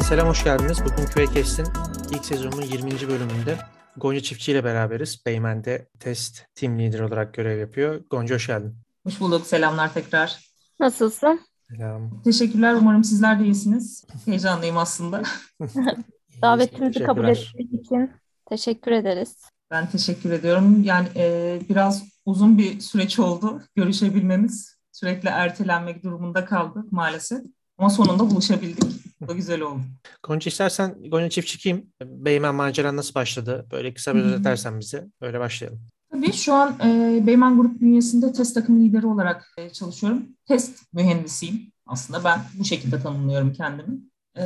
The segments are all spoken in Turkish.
selam, hoş geldiniz. Bugün QA ilk sezonunun 20. bölümünde Gonca Çiftçi ile beraberiz. Beymen'de test team leader olarak görev yapıyor. Gonca hoş geldin. Hoş bulduk. Selamlar tekrar. Nasılsın? Selam. Teşekkürler. Umarım sizler de iyisiniz. Heyecanlıyım aslında. İyiyiz, Davetimizi kabul teşekkürler. ettiğin için teşekkür ederiz. Ben teşekkür ediyorum. Yani biraz uzun bir süreç oldu. Görüşebilmemiz sürekli ertelenmek durumunda kaldı maalesef. Ama sonunda buluşabildik. Bu da güzel oldu. Gonca istersen Gonca Çiftçi kim? Beymen maceran nasıl başladı? Böyle kısa bir özetlersen bize. Öyle başlayalım. Tabii şu an Beymen Grup bünyesinde test takımı lideri olarak çalışıyorum. Test mühendisiyim aslında. Ben bu şekilde tanımlıyorum kendimi.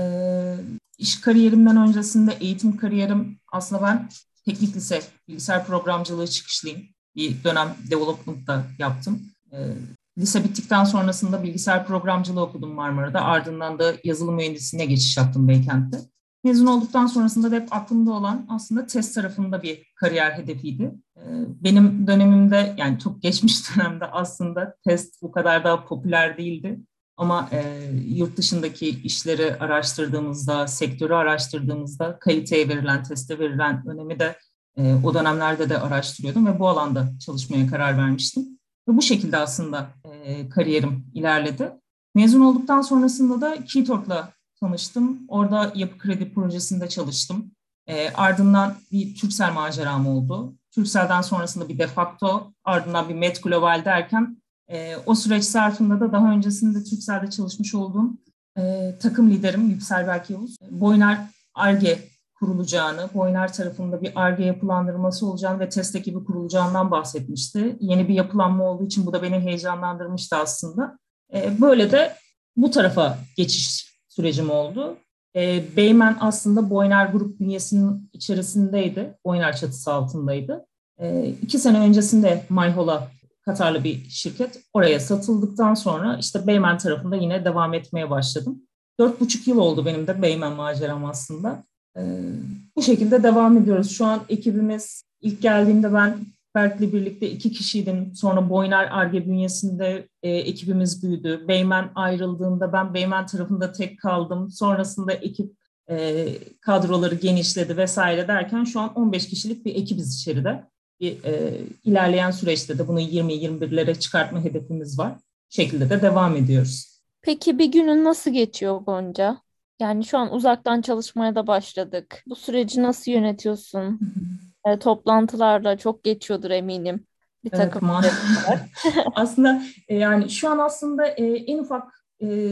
İş kariyerimden öncesinde eğitim kariyerim aslında ben teknik lise bilgisayar programcılığı çıkışlıyım. Bir dönem development'da yaptım. Lise bittikten sonrasında bilgisayar programcılığı okudum Marmara'da. Ardından da yazılım mühendisliğine geçiş yaptım Beykent'te. Mezun olduktan sonrasında da hep aklımda olan aslında test tarafında bir kariyer hedefiydi. Benim dönemimde yani çok geçmiş dönemde aslında test bu kadar daha popüler değildi. Ama yurt dışındaki işleri araştırdığımızda, sektörü araştırdığımızda kaliteye verilen, teste verilen önemi de o dönemlerde de araştırıyordum ve bu alanda çalışmaya karar vermiştim. Ve bu şekilde aslında kariyerim ilerledi. Mezun olduktan sonrasında da Keytork'la tanıştım. Orada yapı kredi projesinde çalıştım. Ardından bir Turkcell maceram oldu. Turkcell'den sonrasında bir Defacto, ardından bir Met Global derken o süreç zarfında da daha öncesinde Turkcell'de çalışmış olduğum takım liderim Yüksel Berk Yavuz, Boyner Ar-Ge kurulacağını, Boyner tarafında bir Ar-Ge yapılandırması olacağını ve test ekibi kurulacağından bahsetmişti. Yeni bir yapılanma olduğu için bu da beni heyecanlandırmıştı aslında. Böyle de bu tarafa geçiş sürecim oldu. Beymen aslında Boyner Grup bünyesinin içerisindeydi. Boyner çatısı altındaydı. 2 sene öncesinde Mayhola Katarlı bir şirket. Oraya satıldıktan sonra işte Beymen tarafında yine devam etmeye başladım. 4,5 yıl oldu benim de Beymen maceram aslında. Bu şekilde devam ediyoruz. Şu an ekibimiz, ilk geldiğimde ben Berk'le birlikte 2 kişiydim. Sonra Boyner Ar-Ge bünyesinde ekibimiz büyüdü. Beymen ayrıldığında ben Beymen tarafında tek kaldım. Sonrasında ekip kadroları genişledi vesaire derken şu an 15 kişilik bir ekibiz içeride. İlerleyen süreçte de bunu 20-21'lere çıkartma hedefimiz var. Bu şekilde de devam ediyoruz. Peki bir günün nasıl geçiyor Gonca? Yani şu an uzaktan çalışmaya da başladık. Bu süreci nasıl yönetiyorsun? Toplantılarla çok geçiyordur eminim. Bir Evet, takım süreçler. aslında yani şu an aslında en ufak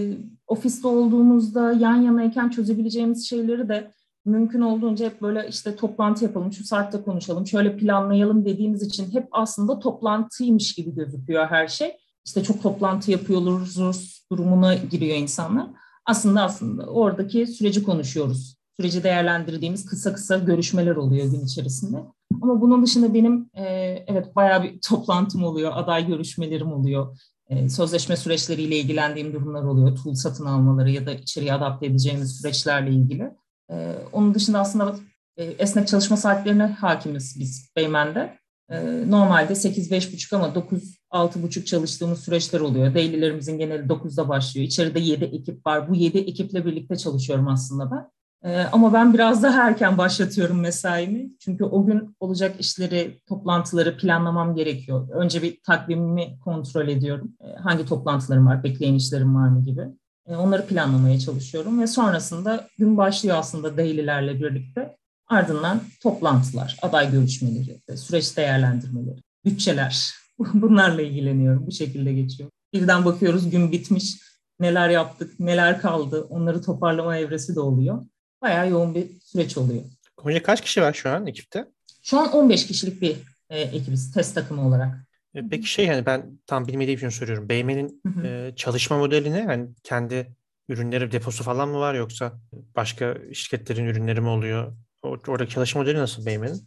ofiste olduğumuzda yan yanayken çözebileceğimiz şeyleri de mümkün olduğunca hep böyle işte toplantı yapalım, şu saatte konuşalım, şöyle planlayalım dediğimiz için hep aslında toplantıymış gibi gözüküyor her şey. İşte çok toplantı yapıyoruz durumuna giriyor insanlar. Aslında oradaki süreci konuşuyoruz. Süreci değerlendirdiğimiz kısa kısa görüşmeler oluyor gün içerisinde. Ama bunun dışında benim evet bayağı bir toplantım oluyor, aday görüşmelerim oluyor. Sözleşme süreçleriyle ilgilendiğim durumlar oluyor. Tool satın almaları ya da içeriye adapte edeceğimiz süreçlerle ilgili. Onun dışında aslında esnek çalışma saatlerine hakimiz biz Beymen'de. Normalde 8-5.30 ama 9-6.30 çalıştığımız süreçler oluyor. Daily'lerimizin geneli 9'da başlıyor. İçeride 7 ekip var. Bu 7 ekiple birlikte çalışıyorum aslında ben. Ama ben biraz daha erken başlatıyorum mesaimi. Çünkü o gün olacak işleri, toplantıları planlamam gerekiyor. Önce bir takvimimi kontrol ediyorum. Hangi toplantılarım var, bekleyen işlerim var mı gibi. Onları planlamaya çalışıyorum ve sonrasında gün başlıyor aslında daily'lerle birlikte. Ardından toplantılar, aday görüşmeleri, süreç değerlendirmeleri, bütçeler. Bunlarla ilgileniyorum. Bu şekilde geçiyor. Birden bakıyoruz gün bitmiş. Neler yaptık, neler kaldı. Onları toparlama evresi de oluyor. Bayağı yoğun bir süreç oluyor. Gonca kaç kişi var şu an ekipte? Şu an 15 kişilik bir ekibiz test takımı olarak. Peki hani ben tam bilmediğim için soruyorum. Beymen'in Hı hı. çalışma modeli ne? Yani kendi ürünleri deposu falan mı var yoksa başka şirketlerin ürünleri mi oluyor? Oradaki çalışma modeli nasıl Beymen'in?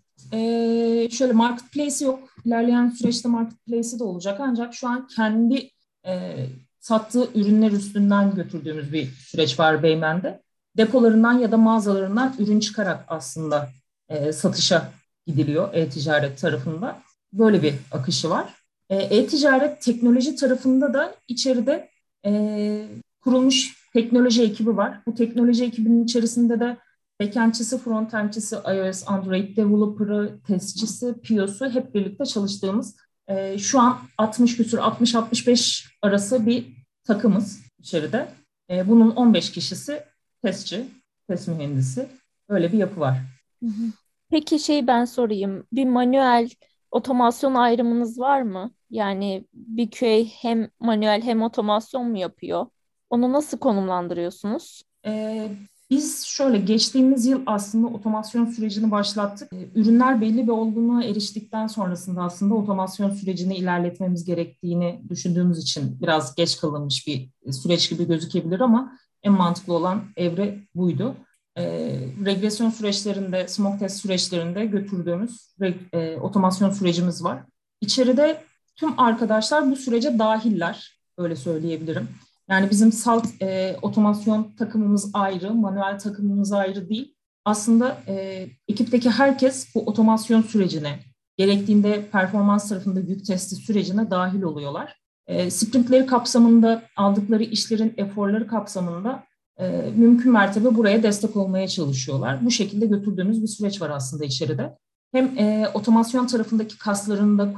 Şöyle marketplace'i yok. İlerleyen süreçte marketplace'i de olacak. Ancak şu an kendi e, sattığı ürünler üstünden götürdüğümüz bir süreç var Beymen'de. Depolarından ya da mağazalarından ürün çıkarak aslında satışa gidiliyor e-ticaret tarafında. Böyle bir akışı var. E-ticaret teknoloji tarafında da içeride kurulmuş teknoloji ekibi var. Bu teknoloji ekibinin içerisinde de backend'çisi, frontend'çisi, iOS, Android developer'ı, testçisi, PO'su hep birlikte çalıştığımız şu an 60 küsur 60-65 arası bir takımız içeride. Bunun 15 kişisi testçi, test mühendisi. Öyle bir yapı var. Hı hı. Peki ben sorayım. Bir manuel otomasyon ayrımınız var mı? Yani bir QA hem manuel hem otomasyon mu yapıyor? Onu nasıl konumlandırıyorsunuz? Ee, Biz şöyle geçtiğimiz yıl aslında otomasyon sürecini başlattık. Ürünler belli bir olgunluğa eriştikten sonrasında aslında otomasyon sürecini ilerletmemiz gerektiğini düşündüğümüz için biraz geç kalınmış bir süreç gibi gözükebilir ama en mantıklı olan evre buydu. Regresyon süreçlerinde, smoke test süreçlerinde götürdüğümüz otomasyon sürecimiz var. İçeride tüm arkadaşlar bu sürece dahiller, öyle söyleyebilirim. Yani bizim salt otomasyon takımımız ayrı, manuel takımımız ayrı değil. Aslında ekipteki herkes bu otomasyon sürecine, gerektiğinde performans tarafında yük testi sürecine dahil oluyorlar. Sprintleri kapsamında, aldıkları işlerin eforları kapsamında mümkün mertebe buraya destek olmaya çalışıyorlar. Bu şekilde götürdüğümüz bir süreç var aslında içeride. Hem otomasyon tarafındaki kaslarını da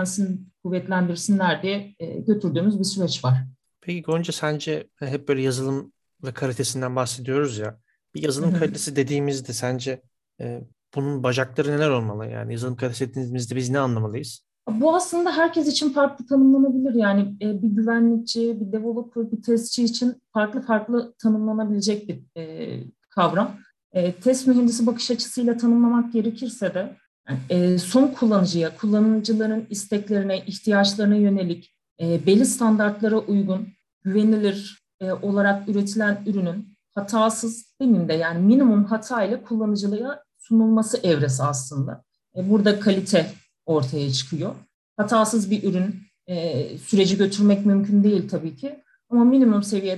kuvvetlendirsinler diye götürdüğümüz bir süreç var. Peki Gonca, sence hep böyle yazılım ve kalitesinden bahsediyoruz ya. Bir Hı yazılım hı. kalitesi dediğimizde sence e, bunun bacakları neler olmalı? Yani yazılım kalitesi dediğimizde biz ne anlamalıyız? Bu aslında herkes için farklı tanımlanabilir. Yani bir güvenlikçi, bir developer, bir testçi için farklı farklı tanımlanabilecek bir kavram. Test mühendisi bakış açısıyla tanımlamak gerekirse de yani, son kullanıcıya, kullanıcıların isteklerine, ihtiyaçlarına yönelik belli standartlara uygun, güvenilir olarak üretilen ürünün hatasız demeyeyim de yani minimum hata ile kullanıcılığa sunulması evresi aslında. Burada kalite ortaya çıkıyor. Hatasız bir ürün süreci götürmek mümkün değil tabii ki. Ama minimum seviyede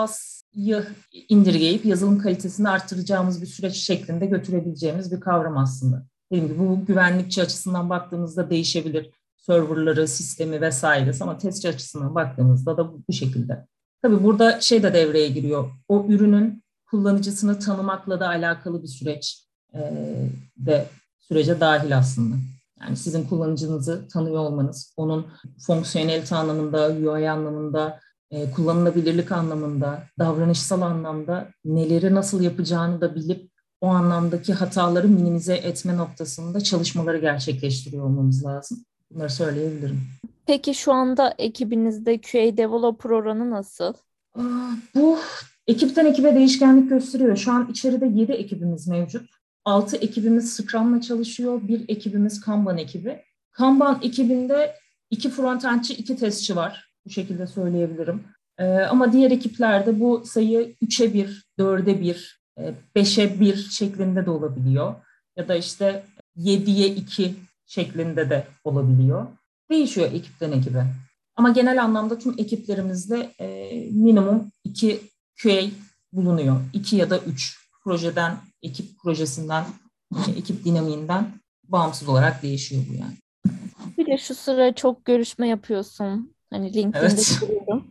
hatayı indirgeyip yazılım kalitesini arttıracağımız bir süreç şeklinde götürebileceğimiz bir kavram aslında. Dediğim gibi bu güvenlikçi açısından baktığımızda değişebilir. Serverları, sistemi vesaire ama testçi açısından baktığımızda da bu şekilde. Tabii burada de devreye giriyor. O ürünün kullanıcısını tanımakla da alakalı bir süreç de sürece dahil aslında. Yani sizin kullanıcınızı tanıyor olmanız, onun fonksiyonelite anlamında, UI anlamında, kullanılabilirlik anlamında, davranışsal anlamda neleri nasıl yapacağını da bilip o anlamdaki hataları minimize etme noktasında çalışmaları gerçekleştiriyor olmamız lazım. Bunları söyleyebilirim. Peki şu anda ekibinizde QA developer oranı nasıl? Bu ekipten ekibe değişkenlik gösteriyor. Şu an içeride 7 ekibimiz mevcut. 6 ekibimiz Scrum'la çalışıyor. Bir ekibimiz Kanban ekibi. Kanban ekibinde 2 frontendçi, 2 testçi var. Bu şekilde söyleyebilirim. Ama diğer ekiplerde bu sayı 3'e 1, 4'e 1, 5'e 1 şeklinde de olabiliyor. Ya da 7'ye 2 şeklinde de olabiliyor. Değişiyor ekipten ekibe. Ama genel anlamda tüm ekiplerimizde minimum 2 QA bulunuyor. 2 ya da 3 projeden, ekip projesinden, ekip dinamiğinden bağımsız olarak değişiyor bu yani. Bir de şu sıra çok görüşme yapıyorsun. Hani LinkedIn'de Evet. görüyorum.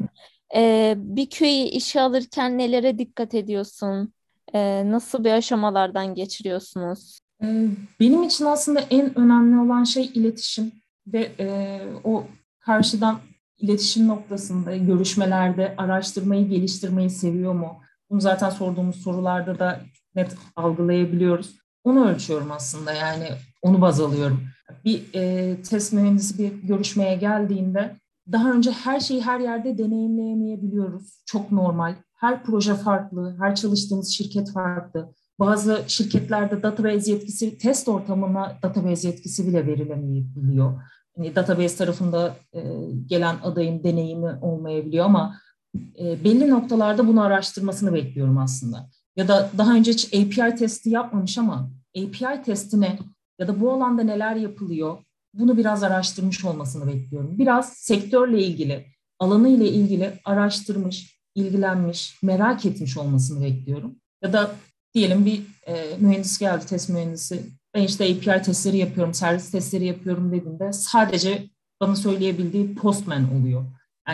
Bir QA'yı işe alırken nelere dikkat ediyorsun? Nasıl bir aşamalardan geçiriyorsunuz? Benim için aslında en önemli olan şey iletişim ve o karşıdan iletişim noktasında, görüşmelerde araştırmayı, geliştirmeyi seviyor mu? Bunu zaten sorduğumuz sorularda da net algılayabiliyoruz. Onu ölçüyorum aslında yani onu baz alıyorum. Bir test mühendisi bir görüşmeye geldiğinde daha önce her şeyi her yerde deneyimleyemeyebiliyoruz. Çok normal. Her proje farklı, her çalıştığımız şirket farklı. Bazı şirketlerde database yetkisi, test ortamına database yetkisi bile verilemeyebiliyor. Yani database tarafında gelen adayın deneyimi olmayabiliyor ama belli noktalarda bunu araştırmasını bekliyorum aslında. Ya da daha önce hiç API testi yapmamış ama API testine ya da bu alanda neler yapılıyor bunu biraz araştırmış olmasını bekliyorum. Biraz sektörle ilgili, alanı ile ilgili araştırmış, ilgilenmiş, merak etmiş olmasını bekliyorum. Ya da diyelim bir mühendis geldi, test mühendisi. Ben API testleri yapıyorum, servis testleri yapıyorum dediğinde sadece bana söyleyebildiği Postman oluyor. Yani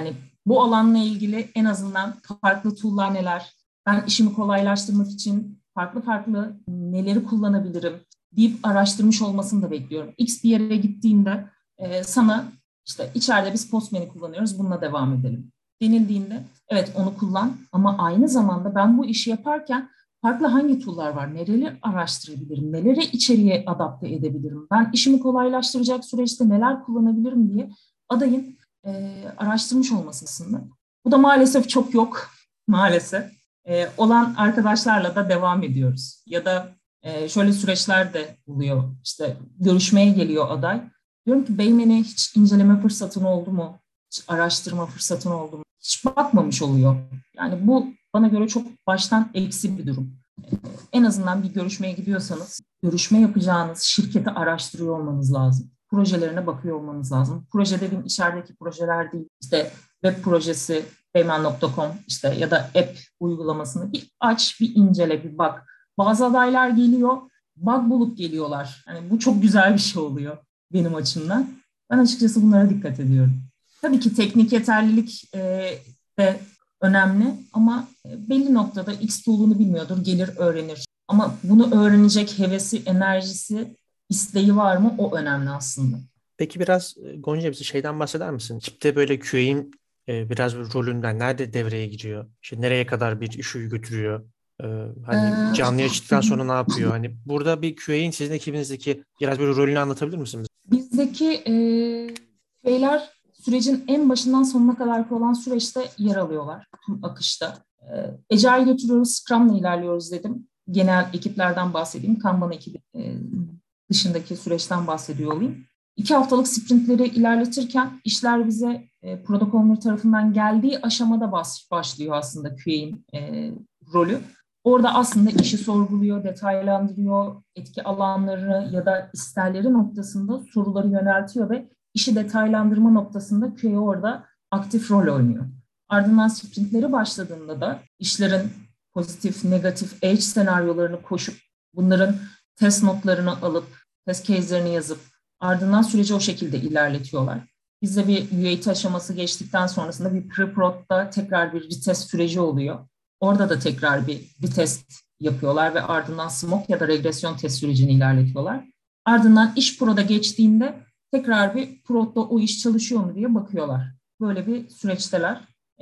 bu alanla ilgili en azından farklı tool'lar neler, ben işimi kolaylaştırmak için farklı farklı neleri kullanabilirim deyip araştırmış olmasını da bekliyorum. X bir yere gittiğinde sana işte içeride biz Postman'i kullanıyoruz, bununla devam edelim denildiğinde evet onu kullan ama aynı zamanda ben bu işi yaparken farklı hangi tool'lar var, neleri araştırabilirim, neleri içeriye adapte edebilirim, ben işimi kolaylaştıracak süreçte neler kullanabilirim diye adayın araştırmış olması aslında. Bu da maalesef çok yok, maalesef. Olan arkadaşlarla da devam ediyoruz. Ya da şöyle süreçler de oluyor. İşte görüşmeye geliyor aday. Diyorum ki Beymen'e hiç inceleme fırsatın oldu mu? Hiç araştırma fırsatın oldu mu? Hiç bakmamış oluyor. Yani bu bana göre çok baştan eksi bir durum. En azından bir görüşmeye gidiyorsanız görüşme yapacağınız şirketi araştırıyor olmanız lazım. Projelerine bakıyor olmanız lazım. Proje dediğim içerideki projeler değil. İşte web projesi beymen.com işte ya da app uygulamasını bir aç, bir incele, bir bak. Bazı adaylar geliyor, bug bulup geliyorlar. Yani bu çok güzel bir şey oluyor benim açımdan. Ben açıkçası bunlara dikkat ediyorum. Tabii ki teknik yeterlilik de önemli ama belli noktada X tool'unu bilmiyordur, gelir öğrenir. Ama bunu öğrenecek hevesi, enerjisi, isteği var mı? O önemli aslında. Peki biraz Gonca bize şeyden bahseder misin? Tipte böyle QA'in biraz bir rolünden nerede devreye giriyor? İşte nereye kadar bir işi götürüyor? Hani canlıya çıktıktan sonra ne yapıyor? Hani burada bir QA'in sizin ekibinizdeki biraz böyle rolünü anlatabilir misiniz? Bizdeki QA'ler sürecin en başından sonuna kadar olan süreçte yer alıyorlar. Tüm akışta. Agile götürüyoruz, Scrum'la ilerliyoruz dedim. Genel ekiplerden bahsedeyim. Kanban ekibi dışındaki süreçten bahsediyor olayım. 2 haftalık sprintleri ilerletirken işler bize product owner tarafından geldiği aşamada başlıyor aslında QA'in rolü. Orada aslında işi sorguluyor, detaylandırıyor, etki alanlarını ya da isterleri noktasında soruları yöneltiyor ve işi detaylandırma noktasında QA orada aktif rol oynuyor. Ardından sprintleri başladığında da işlerin pozitif, negatif, edge senaryolarını koşup bunların test notlarını alıp, test case'lerini yazıp ardından süreci o şekilde ilerletiyorlar. Bizde bir UAT aşaması geçtikten sonrasında bir pre-prod'da tekrar bir retest süreci oluyor. Orada da tekrar bir retest yapıyorlar ve ardından smoke ya da regresyon test sürecini ilerletiyorlar. Ardından iş proda geçtiğinde tekrar bir prod'da o iş çalışıyor mu diye bakıyorlar. Böyle bir süreçteler.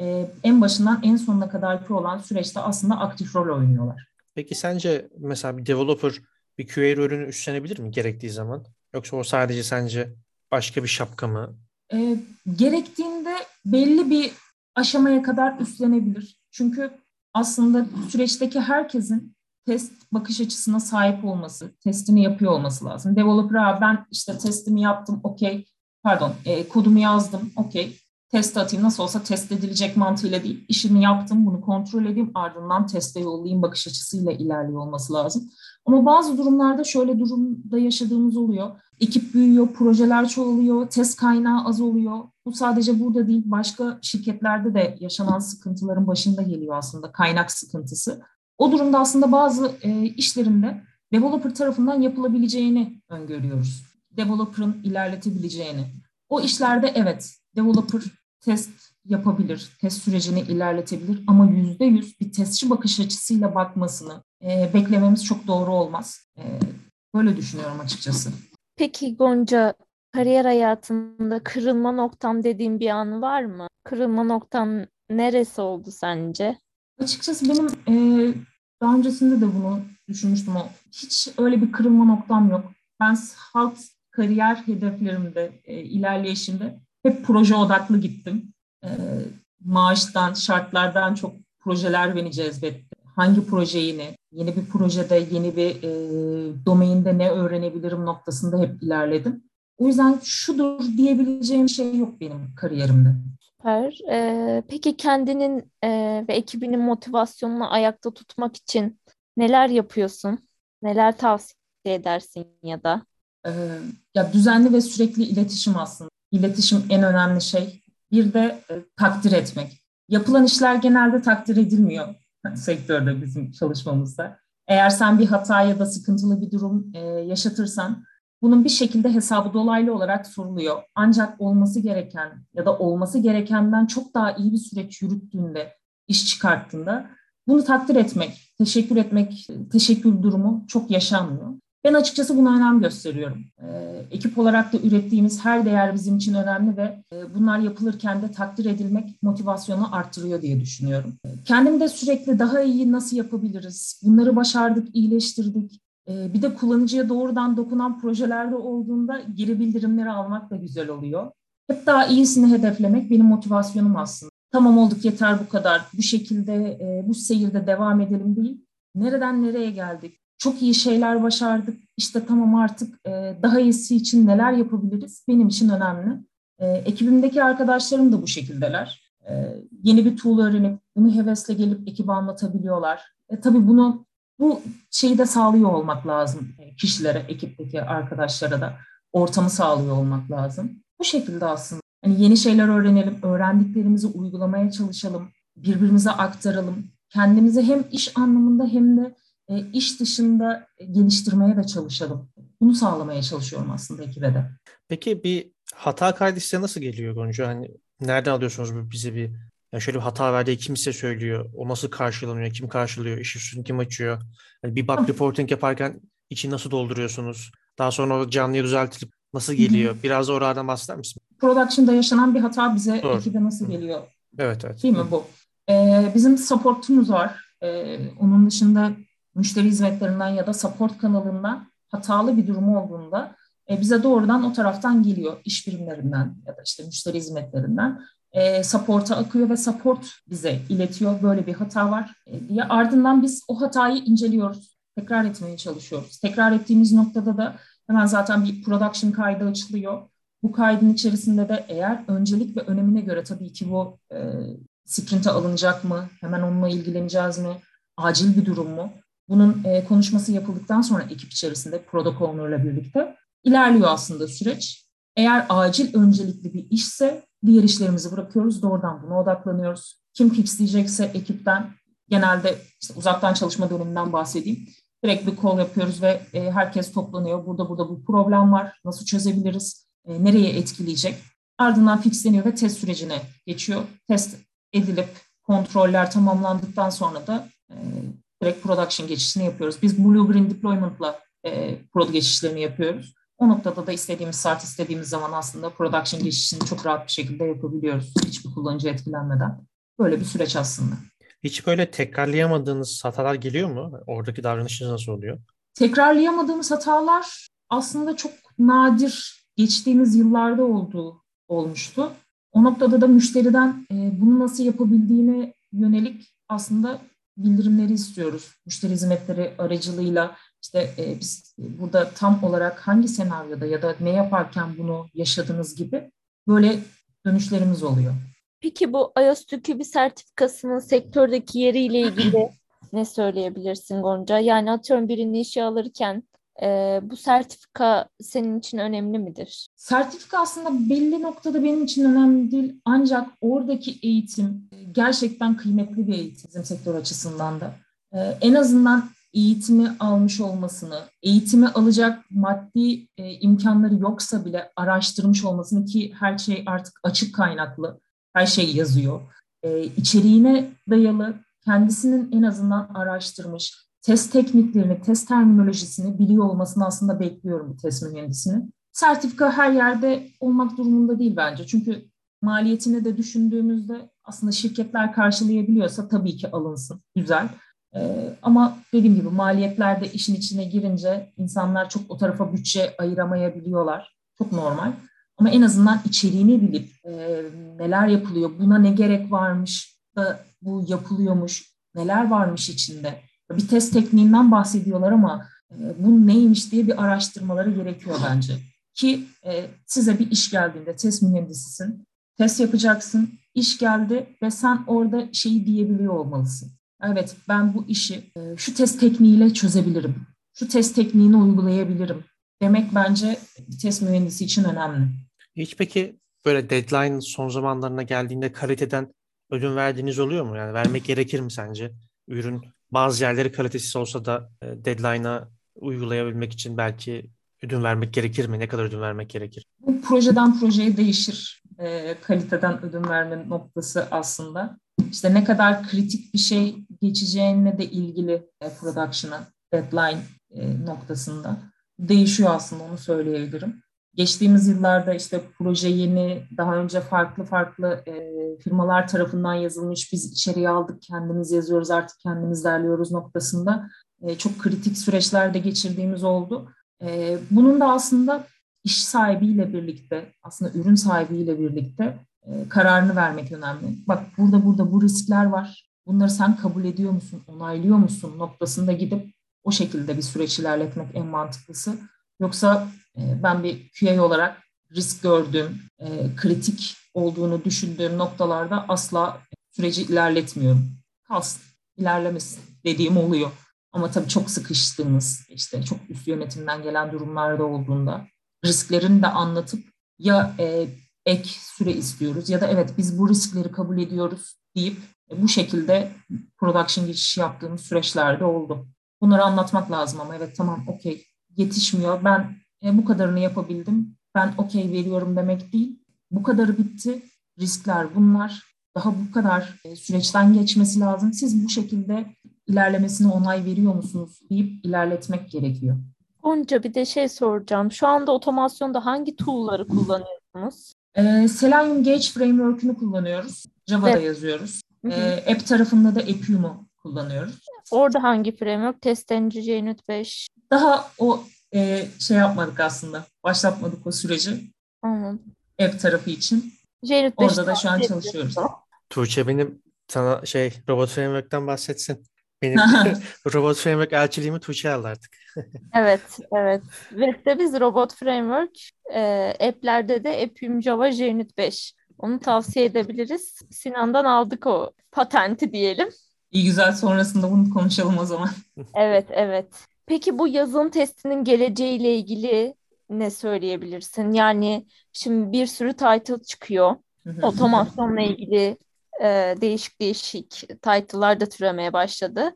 En başından en sonuna kadarki olan süreçte aslında aktif rol oynuyorlar. Peki sence mesela bir developer bir QA rolünü üstlenebilir mi gerektiği zaman? Yoksa o sadece sence başka bir şapka mı? Gerektiğinde belli bir aşamaya kadar üstlenebilir. Çünkü aslında süreçteki herkesin test bakış açısına sahip olması, testini yapıyor olması lazım. Developer ben işte testimi yaptım, okey, kodumu yazdım, okey, test atayım nasıl olsa test edilecek mantığıyla değil. İşimi yaptım, bunu kontrol edeyim, ardından teste yollayayım bakış açısıyla ilerliyor olması lazım. Ama bazı durumlarda şöyle durumda yaşadığımız oluyor. Ekip büyüyor, projeler çoğalıyor, test kaynağı az oluyor. Bu sadece burada değil, başka şirketlerde de yaşanan sıkıntıların başında geliyor aslında kaynak sıkıntısı. O durumda aslında bazı işlerinde developer tarafından yapılabileceğini öngörüyoruz. Developer'ın ilerletebileceğini. O işlerde evet, developer test yapabilir, test sürecini ilerletebilir ama %100 bir testçi bakış açısıyla bakmasını beklememiz çok doğru olmaz. Böyle düşünüyorum açıkçası. Peki Gonca, kariyer hayatında kırılma noktam dediğin bir an var mı? Kırılma noktan neresi oldu sence? Açıkçası benim daha öncesinde de bunu düşünmüştüm. Hiç öyle bir kırılma noktam yok. Ben halk kariyer hedeflerimde, ilerleyişimde hep proje odaklı gittim. E, Maaştan, şartlardan çok projeler beni cezbetti. Hangi projeyi ne, yeni bir projede, yeni bir domainde ne öğrenebilirim noktasında hep ilerledim. O yüzden şudur diyebileceğim şey yok benim kariyerimde. Süper. Peki kendinin ve ekibinin motivasyonunu ayakta tutmak için neler yapıyorsun? Neler tavsiye edersin ya da? Ee, Ya düzenli ve sürekli iletişim aslında. İletişim en önemli şey. Bir de takdir etmek. Yapılan işler genelde takdir edilmiyor sektörde bizim çalışmamızda. Eğer sen bir hata ya da sıkıntılı bir durum yaşatırsan bunun bir şekilde hesabı dolaylı olarak soruluyor. Ancak olması gereken ya da olması gerekenden çok daha iyi bir süreç yürüttüğünde, iş çıkarttığında bunu takdir etmek, teşekkür etmek, teşekkür durumu çok yaşanmıyor. Ben açıkçası buna önem gösteriyorum. Ekip olarak da ürettiğimiz her değer bizim için önemli ve bunlar yapılırken de takdir edilmek motivasyonu arttırıyor diye düşünüyorum. Kendim de sürekli daha iyi nasıl yapabiliriz? Bunları başardık, iyileştirdik. Bir de kullanıcıya doğrudan dokunan projelerde olduğunda geri bildirimleri almak da güzel oluyor. Hep daha iyisini hedeflemek benim motivasyonum aslında. Tamam olduk yeter bu kadar. Bu şekilde bu seyirde devam edelim değil. Nereden nereye geldik? Çok iyi şeyler başardık. İşte tamam artık daha iyisi için neler yapabiliriz? Benim için önemli. Ekibimdeki arkadaşlarım da bu şekildeler. Yeni bir tool öğrenip bunu hevesle gelip ekibe anlatabiliyorlar. Tabii bu şeyi de sağlıyor olmak lazım kişilere, ekipteki arkadaşlara da ortamı sağlıyor olmak lazım. Bu şekilde aslında. Hani yeni şeyler öğrenelim, öğrendiklerimizi uygulamaya çalışalım, birbirimize aktaralım. Kendimizi hem iş anlamında hem de iş dışında geliştirmeye de çalışalım. Bunu sağlamaya çalışıyorum aslında ekibe de. Peki bir hata kaydı size nasıl geliyor Gonca? Hani nereden alıyorsunuz bize bir ya şöyle bir hata verdiği kim size söylüyor? O nasıl karşılanıyor? Kim karşılıyor? İş üstünü kim açıyor? Hani bir bug reporting yaparken içi nasıl dolduruyorsunuz? Daha sonra o canlıya düzeltilip nasıl geliyor? Biraz da oradan bahseder misin? Production'da yaşanan bir hata bize Doğru. ekibe nasıl geliyor? Evet, evet. Değil mi bu? Bizim supportumuz var. Onun dışında müşteri hizmetlerinden ya da support kanalından hatalı bir durum olduğunda bize doğrudan o taraftan geliyor. İş birimlerinden ya da işte müşteri hizmetlerinden support'a akıyor ve support bize iletiyor. Böyle bir hata var diye. Ardından biz o hatayı inceliyoruz. Tekrar etmeye çalışıyoruz. Tekrar ettiğimiz noktada da hemen zaten bir production kaydı açılıyor. Bu kaydın içerisinde de eğer öncelik ve önemine göre tabii ki bu sprinte alınacak mı? Hemen onunla ilgileneceğiz mi? Acil bir durum mu? Bunun konuşması yapıldıktan sonra ekip içerisinde product owner'la birlikte ilerliyor aslında süreç. Eğer acil öncelikli bir işse diğer işlerimizi bırakıyoruz. Doğrudan buna odaklanıyoruz. Kim fixleyecekse ekipten genelde işte uzaktan çalışma döneminden bahsedeyim. Direkt bir call yapıyoruz ve herkes toplanıyor. Burada bu problem var. Nasıl çözebiliriz? Nereye etkileyecek? Ardından fixleniyor ve test sürecine geçiyor. Test edilip kontroller tamamlandıktan sonra da direkt production geçişini yapıyoruz. Biz Blue Green Deployment'la prod geçişlerini yapıyoruz. O noktada da istediğimiz saat, istediğimiz zaman aslında production geçişini çok rahat bir şekilde yapabiliyoruz. Hiçbir kullanıcı etkilenmeden. Böyle bir süreç aslında. Hiç böyle tekrarlayamadığınız hatalar geliyor mu? Oradaki davranışınız nasıl oluyor? Tekrarlayamadığımız hatalar aslında çok nadir geçtiğimiz yıllarda olmuştu. O noktada da müşteriden bunu nasıl yapabildiğine yönelik aslında bildirimleri istiyoruz. Müşteri hizmetleri aracılığıyla işte biz burada tam olarak hangi senaryoda ya da ne yaparken bunu yaşadınız gibi böyle dönüşlerimiz oluyor. Peki bu IOS-TÜKÜBİ sertifikasının sektördeki yeriyle ilgili ne söyleyebilirsin Gonca? Yani atıyorum birini işe alırken bu sertifika senin için önemli midir? Sertifika aslında belli noktada benim için önemli değil. Ancak oradaki eğitim gerçekten kıymetli bir eğitim bizim sektör açısından da. En azından eğitimi almış olmasını, eğitimi alacak maddi imkanları yoksa bile araştırmış olmasını ki her şey artık açık kaynaklı, her şey yazıyor. İçeriğine dayalı kendisinin en azından araştırmış, test tekniklerini, test terminolojisini biliyor olmasını aslında bekliyorum bir test mühendisinin. Sertifika her yerde olmak durumunda değil bence. Çünkü maliyetini de düşündüğümüzde aslında şirketler karşılayabiliyorsa tabii ki alınsın. Güzel. Ama dediğim gibi maliyetler de işin içine girince insanlar çok o tarafa bütçe ayıramayabiliyorlar. Çok normal. Ama en azından içeriğini bilip neler yapılıyor, buna ne gerek varmış da bu yapılıyormuş, neler varmış içinde. Bir test tekniğinden bahsediyorlar ama bu neymiş diye bir araştırmaları gerekiyor bence. Ki size bir iş geldiğinde test mühendisisin, test yapacaksın, iş geldi ve sen orada şeyi diyebiliyor olmalısın. Evet, ben bu işi şu test tekniğiyle çözebilirim, şu test tekniğini uygulayabilirim demek bence bir test mühendisi için önemli. Hiç peki böyle deadline son zamanlarına geldiğinde kaliteden ödün verdiğiniz oluyor mu? Yani vermek gerekir mi sence? Ürün bazı yerleri kalitesiz olsa da deadline'a uygulayabilmek için belki Ödün vermek gerekir mi? Ne kadar ödün vermek gerekir? Bu projeden projeye değişir. Kaliteden ödün verme noktası aslında. İşte ne kadar kritik bir şey geçeceğine de ilgili production'a, deadline noktasında değişiyor aslında, onu söyleyebilirim. Geçtiğimiz yıllarda işte proje yeni, daha önce farklı farklı firmalar tarafından yazılmış, biz içeriye aldık, kendimiz yazıyoruz, artık kendimiz derliyoruz noktasında çok kritik süreçlerde geçirdiğimiz oldu. Bunun da aslında iş sahibiyle birlikte, aslında ürün sahibiyle birlikte kararını vermek önemli. Bak, burada bu riskler var. Bunları sen kabul ediyor musun, onaylıyor musun noktasında gidip o şekilde bir süreç ilerletmek en mantıklısı. Yoksa ben bir QA olarak risk gördüğüm, kritik olduğunu düşündüğüm noktalarda asla süreci ilerletmiyorum. Kalsın, ilerlemesin dediğim oluyor. Ama tabii çok sıkıştığımız, işte çok üst yönetimden gelen durumlarda olduğunda risklerini de anlatıp ya ek süre istiyoruz ya da evet biz bu riskleri kabul ediyoruz deyip bu şekilde production geçişi yaptığımız süreçlerde oldu. Bunları anlatmak lazım ama evet tamam okey yetişmiyor. Ben bu kadarını yapabildim. Ben okey veriyorum demek değil. Bu kadarı bitti. Riskler bunlar. Daha bu kadar süreçten geçmesi lazım. Siz bu şekilde ilerlemesine onay veriyor musunuz deyip ilerletmek gerekiyor. Gonca, bir de şey soracağım. Şu anda otomasyonda hangi tool'ları kullanıyorsunuz? Selenium Gauge Framework'ünü kullanıyoruz. Java'da Evet. yazıyoruz. Hı hı. App tarafında da Appium'u kullanıyoruz. Orada hangi framework? TestNG, JUnit 5. Daha o şey yapmadık aslında. Başlatmadık o süreci Anladım. app tarafı için. JUnit 5 Orada da şu an çalışıyoruz. Tuğçe benim sana Robot Framework'ten bahsetsin. Benim Robot Framework elçiliğimi Tuğçe aldı artık. Evet, evet. Web'de biz Robot Framework, app'lerde de Appium Java JUnit 5. Onu tavsiye edebiliriz. Sinan'dan aldık o patenti diyelim. İyi güzel, sonrasında bunu konuşalım o zaman. Evet, evet. Peki bu yazılım testinin geleceğiyle ilgili ne söyleyebilirsin? Yani şimdi bir sürü title çıkıyor. Otomasyonla ilgili değişik değişik title'lar da türemeye başladı.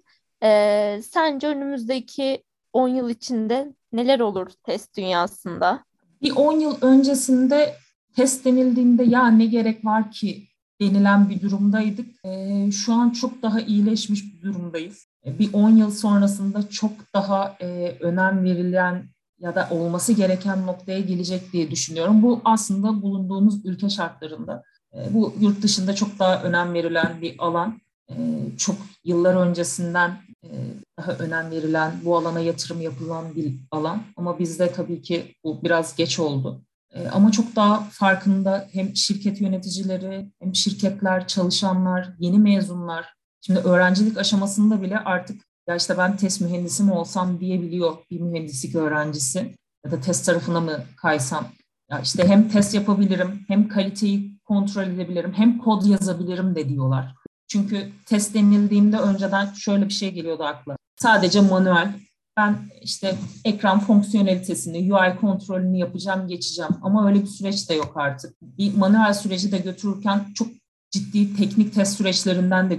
Sence önümüzdeki 10 yıl içinde neler olur test dünyasında? Bir 10 yıl öncesinde test denildiğinde ya ne gerek var ki denilen bir durumdaydık. Şu an çok daha iyileşmiş bir durumdayız. Bir 10 yıl sonrasında çok daha önem verilen ya da olması gereken noktaya gelecek diye düşünüyorum. Bu aslında bulunduğumuz ülke şartlarında. Bu yurt dışında çok daha önem verilen bir alan. Çok yıllar öncesinden daha önem verilen, bu alana yatırım yapılan bir alan. Ama bizde tabii ki bu biraz geç oldu. Ama çok daha farkında hem şirket yöneticileri, hem şirketler, çalışanlar, yeni mezunlar. Şimdi öğrencilik aşamasında bile artık ya işte ben test mühendisi mi olsam diyebiliyor bir mühendislik öğrencisi. Ya da test tarafına mı kaysam? Ya işte hem test yapabilirim, hem kaliteyi kontrol edebilirim, hem kod yazabilirim de diyorlar. Çünkü test denildiğinde önceden şöyle bir şey geliyordu akla. Sadece manuel. Ben işte ekran fonksiyonelitesini, UI kontrolünü yapacağım, geçeceğim. Ama öyle bir süreç de yok artık. Bir manuel süreci de götürürken çok ciddi teknik test süreçlerinden de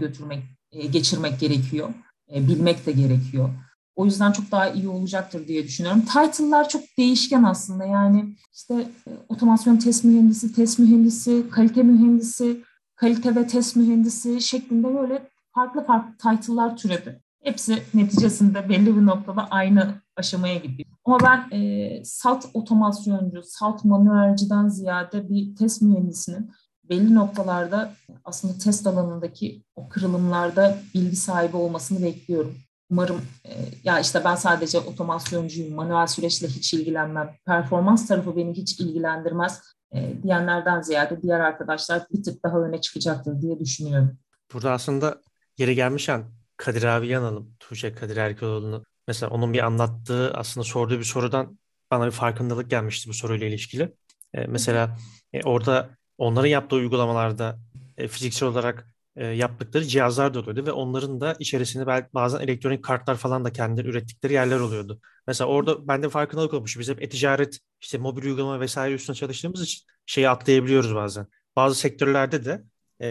geçirmek gerekiyor. Bilmek de gerekiyor. O yüzden çok daha iyi olacaktır diye düşünüyorum. Title'lar çok değişken aslında. Yani işte otomasyon test mühendisi, kalite mühendisi, kalite ve test mühendisi şeklinde böyle farklı farklı title'lar türedi. Hepsi neticesinde belli bir noktada aynı aşamaya gidiyor. Ama ben salt otomasyoncu, salt manuelciden ziyade bir test mühendisinin belli noktalarda aslında test alanındaki o kırılımlarda bilgi sahibi olmasını bekliyorum. Umarım ya işte ben sadece otomasyoncuyum, manuel süreçle hiç ilgilenmem, performans tarafı beni hiç ilgilendirmez diyenlerden ziyade diğer arkadaşlar bir tık daha öne çıkacaktır diye düşünüyorum. Burada aslında yeri gelmişken Kadir abi analım. Tuğçe Kadir Erkeloğlu'nu. Mesela onun bir anlattığı, aslında sorduğu bir sorudan bana bir farkındalık gelmişti bu soruyla ilişkili. Mesela orada onların yaptığı uygulamalarda fiziksel olarak yaptıkları cihazlar da oluyordu ve onların da içerisinde belki bazen elektronik kartlar falan da kendileri ürettikleri yerler oluyordu. Mesela orada bende farkındalık olmuş. Biz hep e-ticaret, işte mobil uygulama vesaire üstüne çalıştığımız için şeyi atlayabiliyoruz bazen. Bazı sektörlerde de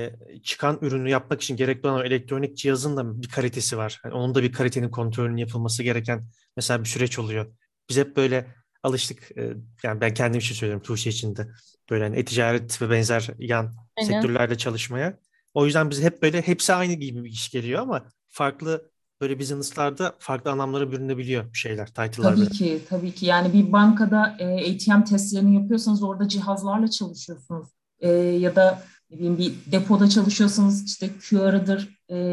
çıkan ürünü yapmak için gerekli olan o elektronik cihazın da bir kalitesi var. Yani onun da bir kalitenin kontrolünün yapılması gereken mesela bir süreç oluyor. Biz hep böyle alıştık. Yani ben kendim için söylüyorum, Tuğçe için de. Böyle hani e-ticaret ve benzer yan Aynen. sektörlerde çalışmaya. O yüzden bize hep böyle hepsi aynı gibi bir iş geliyor ama farklı böyle business'larda farklı anlamlara bürünebiliyor bir şeyler, title'lar Tabii böyle. ki, tabii ki. Yani bir bankada ATM testlerini yapıyorsanız orada cihazlarla çalışıyorsunuz. Ya da ne bileyim bir depoda çalışıyorsanız işte QR'ıdır,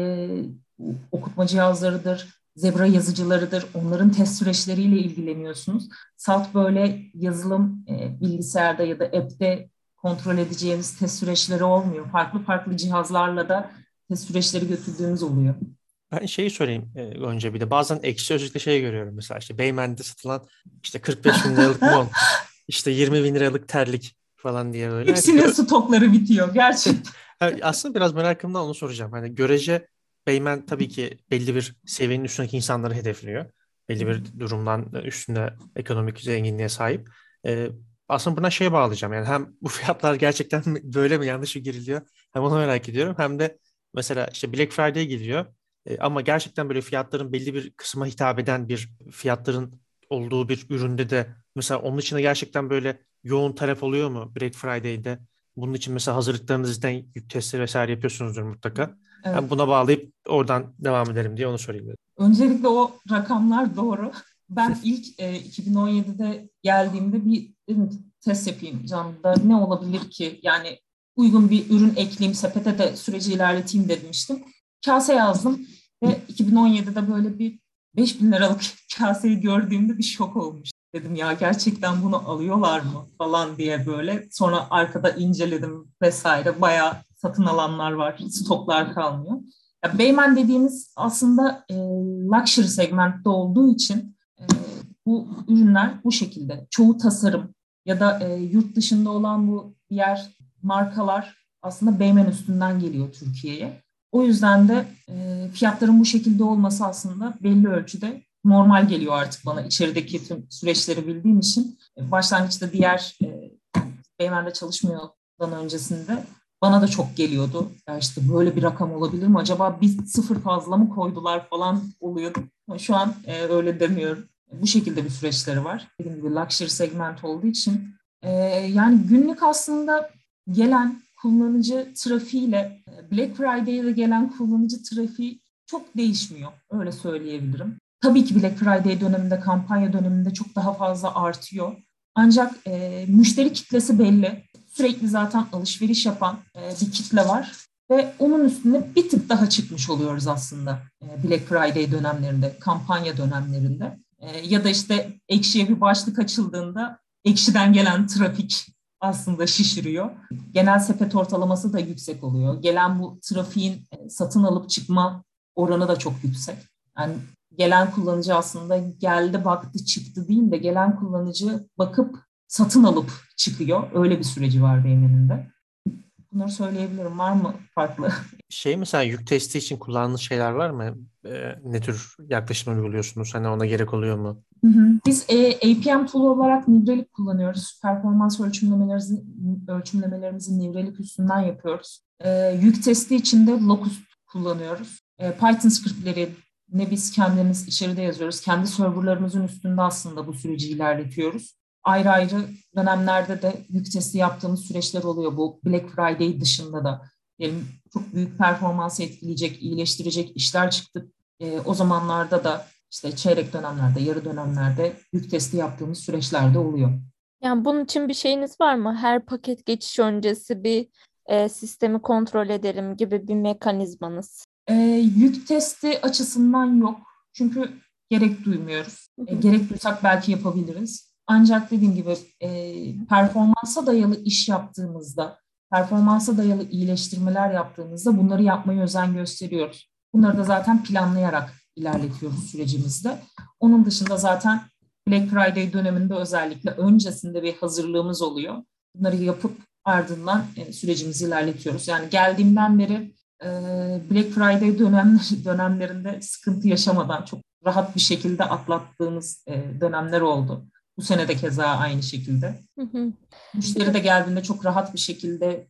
okutma cihazlarıdır, zebra yazıcılarıdır. Onların test süreçleriyle ilgileniyorsunuz. Salt böyle yazılım bilgisayarda ya da app'te kontrol edeceğiniz test süreçleri olmuyor. Farklı farklı cihazlarla da test süreçleri götürdüğümüz oluyor. Ben şeyi söyleyeyim önce bir de. Bazen ekşi sözlükte şey görüyorum mesela, işte Beymen'de satılan işte 45 bin liralık mont, işte 20 bin liralık terlik falan diye böyle. Hani Hepsinin stokları bitiyor gerçekten. aslında biraz merakımdan onu soracağım. Hani görece Beymen tabii ki belli bir seviyenin üstündeki insanları hedefliyor. Belli bir durumdan üstünde ekonomik zenginliğe sahip. E, Aslında buna şey bağlayacağım. Yani hem bu fiyatlar gerçekten böyle mi, yanlış mı giriliyor? Hem onu merak ediyorum. Hem de mesela işte Black Friday geliyor. Ama gerçekten böyle fiyatların belli bir kısma hitap eden bir fiyatların olduğu bir üründe de mesela onun içine gerçekten böyle yoğun talep oluyor mu Black Friday'de? Bunun için mesela hazırlıklarınızdan yük testleri vesaire yapıyorsunuzdur mutlaka. Evet. Ben buna bağlayıp oradan devam edelim diye onu sorayım dedim. Öncelikle o rakamlar doğru. Ben ilk 2017'de geldiğimde bir dedim ki, test yapayım canlıda ne olabilir ki? Yani uygun bir ürün ekleyeyim, sepete de süreci ilerleteyim demiştim. Kase yazdım ve 2017'de böyle bir 5.000 liralık kaseyi gördüğümde bir şok olmuş. Dedim ya gerçekten bunu alıyorlar mı falan diye böyle. Sonra arkada inceledim vesaire. Bayağı satın alanlar var, stoklar kalmıyor. Ya Beymen dediğimiz aslında luxury segmentte olduğu için bu ürünler bu şekilde. Çoğu tasarım ya da yurt dışında olan bu diğer markalar aslında Beymen üstünden geliyor Türkiye'ye. O yüzden de fiyatların bu şekilde olması aslında belli ölçüde normal geliyor artık bana içerideki tüm süreçleri bildiğim için. Başlangıçta diğer Beymen'de çalışmıyordan öncesinde bana da çok geliyordu. Ya işte böyle bir rakam olabilir mi? Acaba bir sıfır fazla mı koydular falan oluyordu. Ama şu an öyle demiyorum. Bu şekilde bir süreçleri var. Dediğim gibi luxury segment olduğu için. Yani günlük aslında gelen kullanıcı trafiğiyle Black Friday'de gelen kullanıcı trafiği çok değişmiyor. Öyle söyleyebilirim. Tabii ki Black Friday döneminde, kampanya döneminde çok daha fazla artıyor. Ancak müşteri kitlesi belli. Sürekli zaten alışveriş yapan bir kitle var. Ve onun üstüne bir tık daha çıkmış oluyoruz aslında Black Friday dönemlerinde, kampanya dönemlerinde. Ya da işte Ekşi'ye bir başlık açıldığında Ekşi'den gelen trafik aslında şişiriyor. Genel sepet ortalaması da yüksek oluyor. Gelen bu trafiğin satın alıp çıkma oranı da çok yüksek. Yani gelen kullanıcı aslında geldi baktı çıktı değil de gelen kullanıcı bakıp satın alıp çıkıyor. Öyle bir süreci var benim elimde. Bunları söyleyebilirim. Var mı farklı? Şey, mesela yük testi için kullandığınız şeyler var mı? Ne tür yaklaşım uyguluyorsunuz? Hani ona gerek oluyor mu? Hı hı. Biz APM tool olarak Nivrelik kullanıyoruz. Performans ölçümlemelerimizi Nivrelik üstünden yapıyoruz. Yük testi için de Locust kullanıyoruz. Python scriptleri ne biz kendimiz içeride yazıyoruz. Kendi serverlarımızın üstünde aslında bu süreci ilerletiyoruz. Ayrı ayrı dönemlerde de yük testi yaptığımız süreçler oluyor. Bu Black Friday dışında da çok büyük performansı etkileyecek, iyileştirecek işler çıktı. O zamanlarda da işte çeyrek dönemlerde, yarı dönemlerde yük testi yaptığımız süreçlerde oluyor. Yani bunun için bir şeyiniz var mı? Her paket geçiş öncesi bir sistemi kontrol edelim gibi bir mekanizmanız. Yük testi açısından yok. Çünkü gerek duymuyoruz. Hı hı. Gerek duysak belki yapabiliriz. Ancak dediğim gibi performansa dayalı iş yaptığımızda, performansa dayalı iyileştirmeler yaptığımızda bunları yapmaya özen gösteriyoruz. Bunları da zaten planlayarak ilerletiyoruz sürecimizde. Onun dışında zaten Black Friday döneminde özellikle öncesinde bir hazırlığımız oluyor. Bunları yapıp ardından sürecimizi ilerletiyoruz. Yani geldiğimden beri Black Friday dönemlerinde sıkıntı yaşamadan çok rahat bir şekilde atlattığımız dönemler oldu. Bu sene de keza aynı şekilde. Hı hı. Müşteri de geldiğinde çok rahat bir şekilde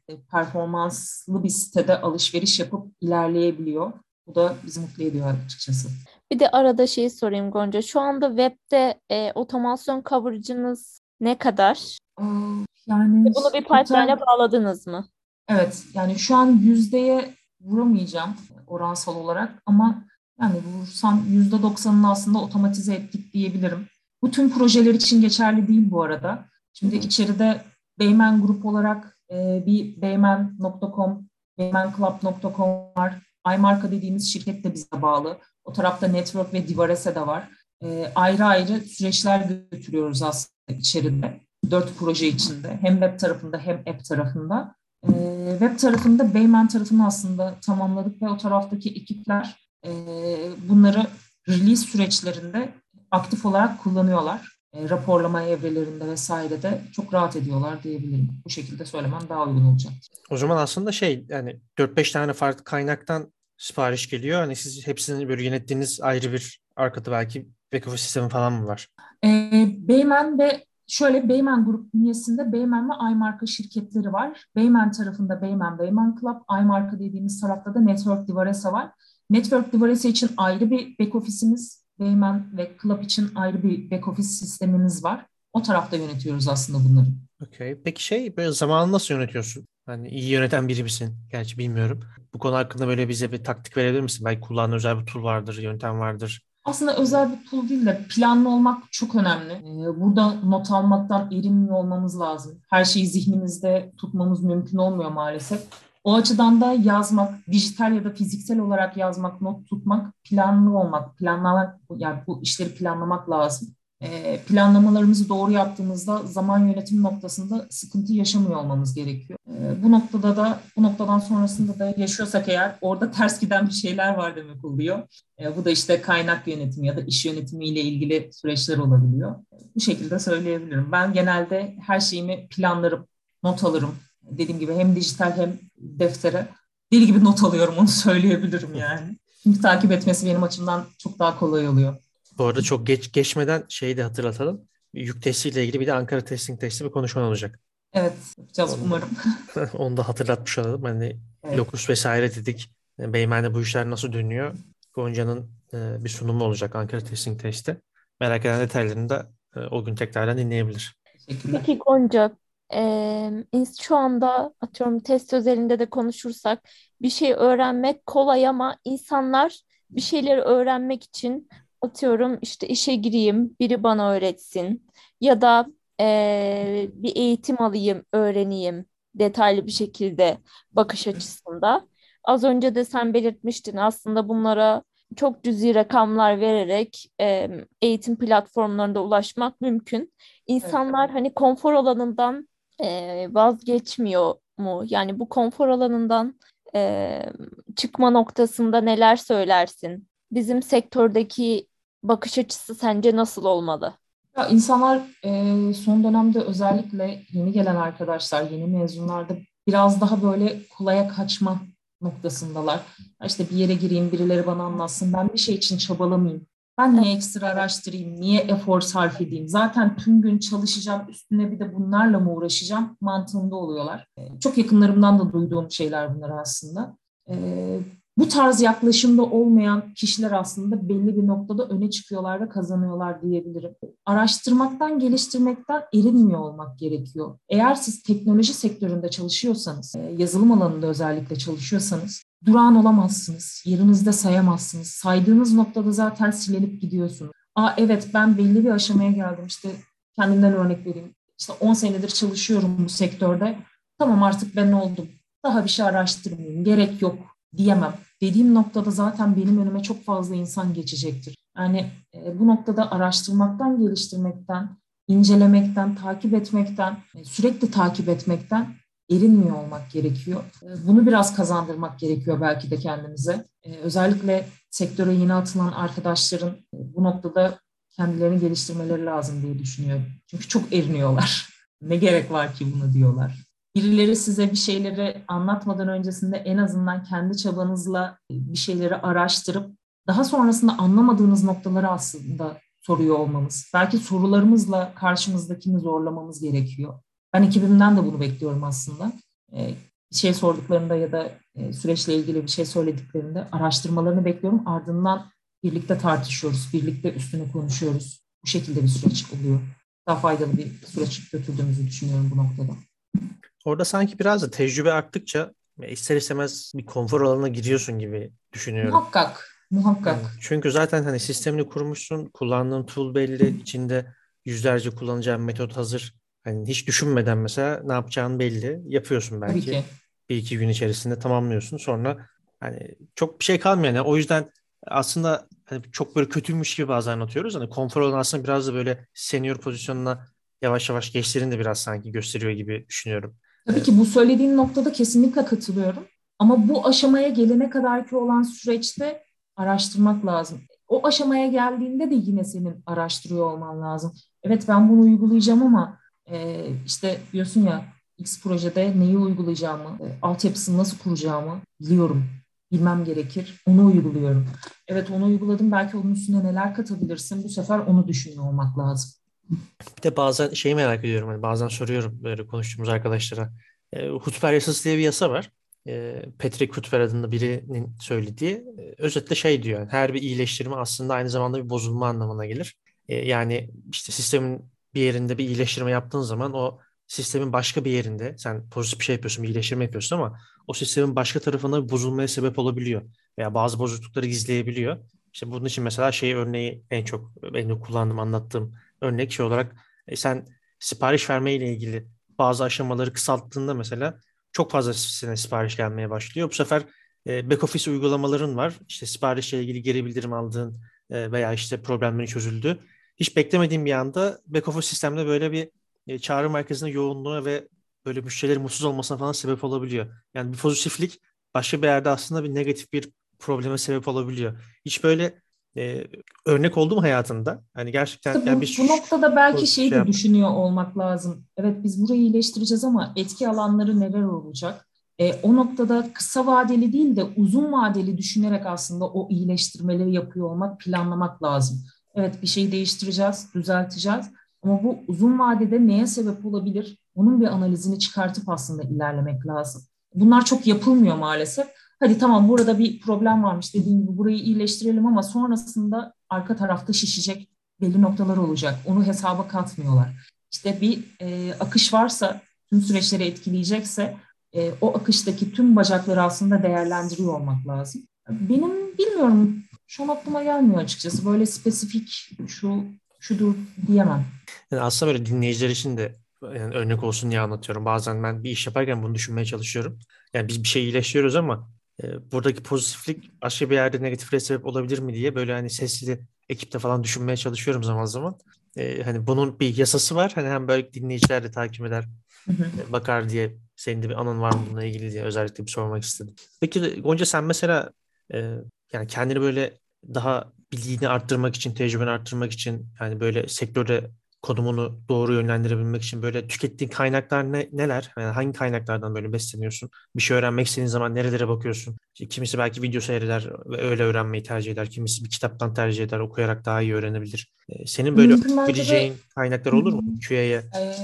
performanslı bir sitede alışveriş yapıp ilerleyebiliyor. Bu da bizi mutlu ediyor açıkçası. Bir de arada şeyi sorayım Gonca. Şu anda webde otomasyon coverage'ınız ne kadar? Ee, Yani Bunu bir total, pipeline'e bağladınız mı? evet, yani şu an yüzdeye vuramayacağım oransal olarak ama yani vursam %90'ını aslında otomatize ettik diyebilirim. Bu tüm projeler için geçerli değil bu arada. Hı Şimdi hı. içeride Beymen Grup olarak bir beymen.com, beymenclub.com var. iMarka dediğimiz şirket de bize bağlı. O tarafta Network ve Divarese de var. Ayrı ayrı süreçler götürüyoruz aslında içeride. 4 proje içinde. Hem web tarafında hem app tarafında. Web tarafında Beymen tarafını aslında tamamladık ve o taraftaki ekipler bunları release süreçlerinde aktif olarak kullanıyorlar. Raporlama evrelerinde vesairede çok rahat ediyorlar diyebilirim. Bu şekilde söylemem daha uygun olacak. O zaman aslında yani 4-5 tane farklı kaynaktan sipariş geliyor. Hani siz hepsini böyle yönettiğiniz ayrı bir arkada belki back office sistemi falan mı var? Beymen ve şöyle Beymen Grup bünyesinde Beymen ve iMarka şirketleri var. Beymen tarafında Beymen Club, iMarka dediğimiz tarafta da Network Divaresa var. Network Divaresa için ayrı bir back ofisimiz, Beymen ve Club için ayrı bir back office sistemimiz var. O tarafta yönetiyoruz aslında bunları. Okey. Peki böyle zamanı nasıl yönetiyorsun? Hani iyi yöneten biri misin? Gerçi bilmiyorum. Bu konu hakkında böyle bize bir taktik verebilir misin? Belki kullandığın özel bir tool vardır, yöntem vardır. Aslında özel bir tool değil de planlı olmak çok önemli. Burada not almaktan erinmiyor olmamız lazım. Her şeyi zihnimizde tutmamız mümkün olmuyor maalesef. O açıdan da yazmak, dijital ya da fiziksel olarak yazmak, not tutmak, planlı olmak, planlamak, yani bu işleri planlamak lazım. Planlamalarımızı doğru yaptığımızda zaman yönetimi noktasında sıkıntı yaşamıyor olmamız gerekiyor. Bu noktadan sonrasında da yaşıyorsak eğer orada ters giden bir şeyler var demek oluyor. Bu da işte kaynak yönetimi ya da iş yönetimiyle ilgili süreçler olabiliyor. Bu şekilde söyleyebilirim. Ben genelde her şeyimi planlarım, not alırım. Dediğim gibi hem dijital hem deftere deli gibi not alıyorum, onu söyleyebilirim yani. Çünkü takip etmesi benim açımdan çok daha kolay oluyor. Bu arada çok geçmeden şeyi de hatırlatalım. Yük testiyle ilgili bir de Ankara Testing Testi bir konuşman olacak. Evet, yapacağız Onu da, umarım. onu da hatırlatmış olalım. Hani Evet, Lokus vesaire dedik. Beymen'de bu işler nasıl dönüyor? Gonca'nın bir sunumu olacak Ankara Testing Testi. Merak eden detaylarını da o gün tekrardan dinleyebilir. Peki teşekkürler. Gonca, şu anda atıyorum test özelinde de konuşursak bir şey öğrenmek kolay ama insanlar bir şeyleri öğrenmek için atıyorum işte işe gireyim, biri bana öğretsin ya da bir eğitim alayım, öğreneyim detaylı bir şekilde bakış açısında. Az önce de sen belirtmiştin aslında bunlara çok cüzi rakamlar vererek eğitim platformlarında ulaşmak mümkün. Evet. İnsanlar hani konfor alanından vazgeçmiyor mu? Yani bu konfor alanından e, çıkma noktasında neler söylersin? Bizim sektördeki bakış açısı sence nasıl olmalı? Ya insanlar son dönemde özellikle yeni gelen arkadaşlar, yeni mezunlarda biraz daha böyle kolaya kaçma noktasındalar. Ya İşte bir yere gireyim, birileri bana anlatsın, ben bir şey için çabalamayayım. Ben Evet. niye ekstra araştırayım, niye efor sarf edeyim? Zaten tüm gün çalışacağım, üstüne bir de bunlarla mı uğraşacağım mantığında oluyorlar. Çok yakınlarımdan da duyduğum şeyler bunlar aslında. E, Bu tarz yaklaşımda olmayan kişiler aslında belli bir noktada öne çıkıyorlar ve kazanıyorlar diyebilirim. Araştırmaktan, geliştirmekten erinmiyor olmak gerekiyor. Eğer siz teknoloji sektöründe çalışıyorsanız, yazılım alanında özellikle çalışıyorsanız durağan olamazsınız, yerinizde sayamazsınız. Saydığınız noktada zaten silinip gidiyorsunuz. Evet, ben belli bir aşamaya geldim. İşte kendimden örnek vereyim. İşte 10 senedir çalışıyorum bu sektörde. Tamam, artık ben oldum. Daha bir şey araştırmayayım, gerek yok diyemem. Dediğim noktada zaten benim önüme çok fazla insan geçecektir. Yani bu noktada araştırmaktan, geliştirmekten, incelemekten, takip etmekten, sürekli takip etmekten erinmiyor olmak gerekiyor. Bunu biraz kazandırmak gerekiyor belki de kendimize. Özellikle sektöre yeni atılan arkadaşların bu noktada kendilerini geliştirmeleri lazım diye düşünüyorum. Çünkü çok eriniyorlar. Ne gerek var ki bunu diyorlar. Birileri size bir şeyleri anlatmadan öncesinde en azından kendi çabanızla bir şeyleri araştırıp daha sonrasında anlamadığınız noktaları aslında soruyor olmamız. Belki sorularımızla karşımızdakini zorlamamız gerekiyor. Ben ekibimden de bunu bekliyorum aslında. Bir şey sorduklarında ya da süreçle ilgili bir şey söylediklerinde araştırmalarını bekliyorum. Ardından birlikte tartışıyoruz, birlikte üstüne konuşuyoruz. Bu şekilde bir süreç oluyor. Daha faydalı bir süreç götürdüğümüzü düşünüyorum bu noktada. Orada sanki biraz da tecrübe arttıkça ister istemez bir konfor alanına giriyorsun gibi düşünüyorum. Muhakkak, muhakkak. Yani çünkü zaten hani sistemini kurmuşsun, kullandığın tool belli, içinde yüzlerce kullanacağın metot hazır. Hani hiç düşünmeden mesela ne yapacağın belli. Yapıyorsun Tabii belki. ki. Bir iki gün içerisinde tamamlıyorsun. Sonra hani çok bir şey kalmıyor. Yani o yüzden aslında hani çok böyle kötüymüş gibi bazen anlatıyoruz. Hani konfor alanı aslında biraz da böyle senior pozisyonuna yavaş yavaş geçtiğini de biraz sanki gösteriyor gibi düşünüyorum. Tabii Ee, ki bu söylediğin noktada kesinlikle katılıyorum. Ama bu aşamaya gelene kadar ki olan süreçte araştırmak lazım. O aşamaya geldiğinde de yine senin araştırıyor olman lazım. Evet ben bunu uygulayacağım ama işte diyorsun ya X projede neyi uygulayacağımı, altyapısını nasıl kuracağımı biliyorum. Bilmem gerekir. Onu uyguluyorum. Evet onu uyguladım. Belki onun üstüne neler katabilirsin? Bu sefer onu düşünüyor olmak lazım. Bir de bazen şeyi merak ediyorum. Hani bazen soruyorum böyle konuştuğumuz arkadaşlara. Hutper yasası diye bir yasa var. Patrick Hutper adında birinin söylediği. Özetle şey diyor. Yani her bir iyileştirme aslında aynı zamanda bir bozulma anlamına gelir. Yani işte sistemin bir yerinde bir iyileştirme yaptığın zaman o sistemin başka bir yerinde sen pozitif bir şey yapıyorsun, bir iyileştirme yapıyorsun ama o sistemin başka tarafına bir bozulmaya sebep olabiliyor. Veya bazı bozuklukları gizleyebiliyor. İşte bunun için mesela şey örneği en çok benim kullandığım, anlattığım örnek şey olarak sen sipariş verme ile ilgili bazı aşamaları kısalttığında mesela çok fazla sana sipariş gelmeye başlıyor. Bu sefer back office uygulamaların var. İşte siparişle ilgili geri bildirim aldığın veya işte problemlerin çözüldüğü. Hiç beklemediğin bir anda back office sistemde böyle bir çağrı merkezine yoğunluğuna ve böyle müşterilerin mutsuz olmasına falan sebep olabiliyor. Yani bir pozitiflik başka bir yerde aslında bir negatif bir probleme sebep olabiliyor. Hiç böyle e, örnek oldu mu hayatında? Hani gerçekten İşte yani bu noktada belki pozitif şeyi şey de yaptık. düşünüyor olmak lazım. Evet biz burayı iyileştireceğiz ama etki alanları neler olacak? O noktada kısa vadeli değil de uzun vadeli düşünerek aslında o iyileştirmeleri yapıyor olmak, planlamak lazım. Evet bir şeyi değiştireceğiz, düzelteceğiz ama bu uzun vadede neye sebep olabilir? Onun bir analizini çıkartıp aslında ilerlemek lazım. Bunlar çok yapılmıyor maalesef. Hadi tamam burada bir problem varmış dediğim gibi burayı iyileştirelim ama sonrasında arka tarafta şişecek belli noktalar olacak. Onu hesaba katmıyorlar. İşte bir akış varsa, tüm süreçleri etkileyecekse o akıştaki tüm bacakları aslında değerlendiriyor olmak lazım. Benim bilmiyorum, şu an aklıma gelmiyor açıkçası. Böyle spesifik şudur diyemem. Yani aslında böyle dinleyiciler için de yani örnek olsun diye anlatıyorum. Bazen ben bir iş yaparken bunu düşünmeye çalışıyorum. Yani biz bir şey iyileştiriyoruz ama buradaki pozitiflik başka bir yerde negatifle sebep olabilir mi diye böyle hani sesli ekipte falan düşünmeye çalışıyorum zaman zaman. Hani bunun bir yasası var. Hani hem böyle dinleyiciler de takip eder, Hı hı. bakar diye senin de bir anın var mı bununla ilgili diye özellikle bir sormak istedim. Peki Gonca sen mesela e, yani kendini böyle daha bilgini arttırmak için, tecrübeni arttırmak için yani böyle sektörde konumunu doğru yönlendirebilmek için böyle tükettiğin kaynaklar neler? Yani hangi kaynaklardan böyle besleniyorsun? Bir şey öğrenmek istediğin zaman nerelere bakıyorsun? İşte kimisi belki video seyreder ve öyle öğrenmeyi tercih eder. Kimisi bir kitaptan tercih eder, okuyarak daha iyi öğrenebilir. Senin böyle Mümkün mertebe bileceğin kaynaklar hı olur hı. mu? QA'ya.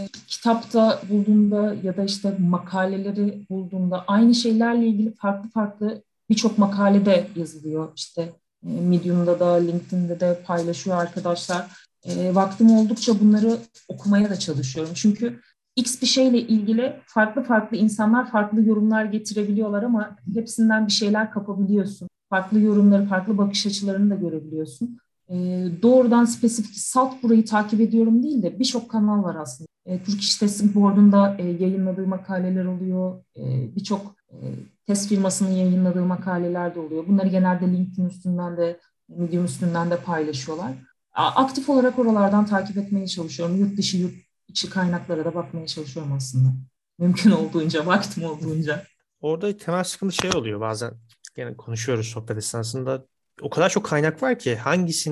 Kitapta bulduğunda ya da işte makaleleri bulduğunda aynı şeylerle ilgili farklı farklı birçok makalede yazılıyor. İşte Medium'da da LinkedIn'de de paylaşıyor arkadaşlar. Vaktim oldukça bunları okumaya da çalışıyorum. Çünkü X bir şeyle ilgili farklı farklı insanlar farklı yorumlar getirebiliyorlar ama hepsinden bir şeyler kapabiliyorsun. Farklı yorumları, farklı bakış açılarını da görebiliyorsun. Doğrudan spesifik salt burayı takip ediyorum değil de birçok kanal var aslında. Türk İş Testing Board'un yayınladığı makaleler oluyor. Birçok test firmasının yayınladığı makaleler de oluyor. Bunları genelde LinkedIn üstünden de Medium üstünden de paylaşıyorlar. Aktif olarak oralardan takip etmeye çalışıyorum. Yurt dışı, yurt içi kaynaklara da bakmaya çalışıyorum aslında. Mümkün olduğunca, vaktim olduğunca. Orada temel sıkıntı şey oluyor bazen. Yani konuşuyoruz sohbet esnasında. O kadar çok kaynak var ki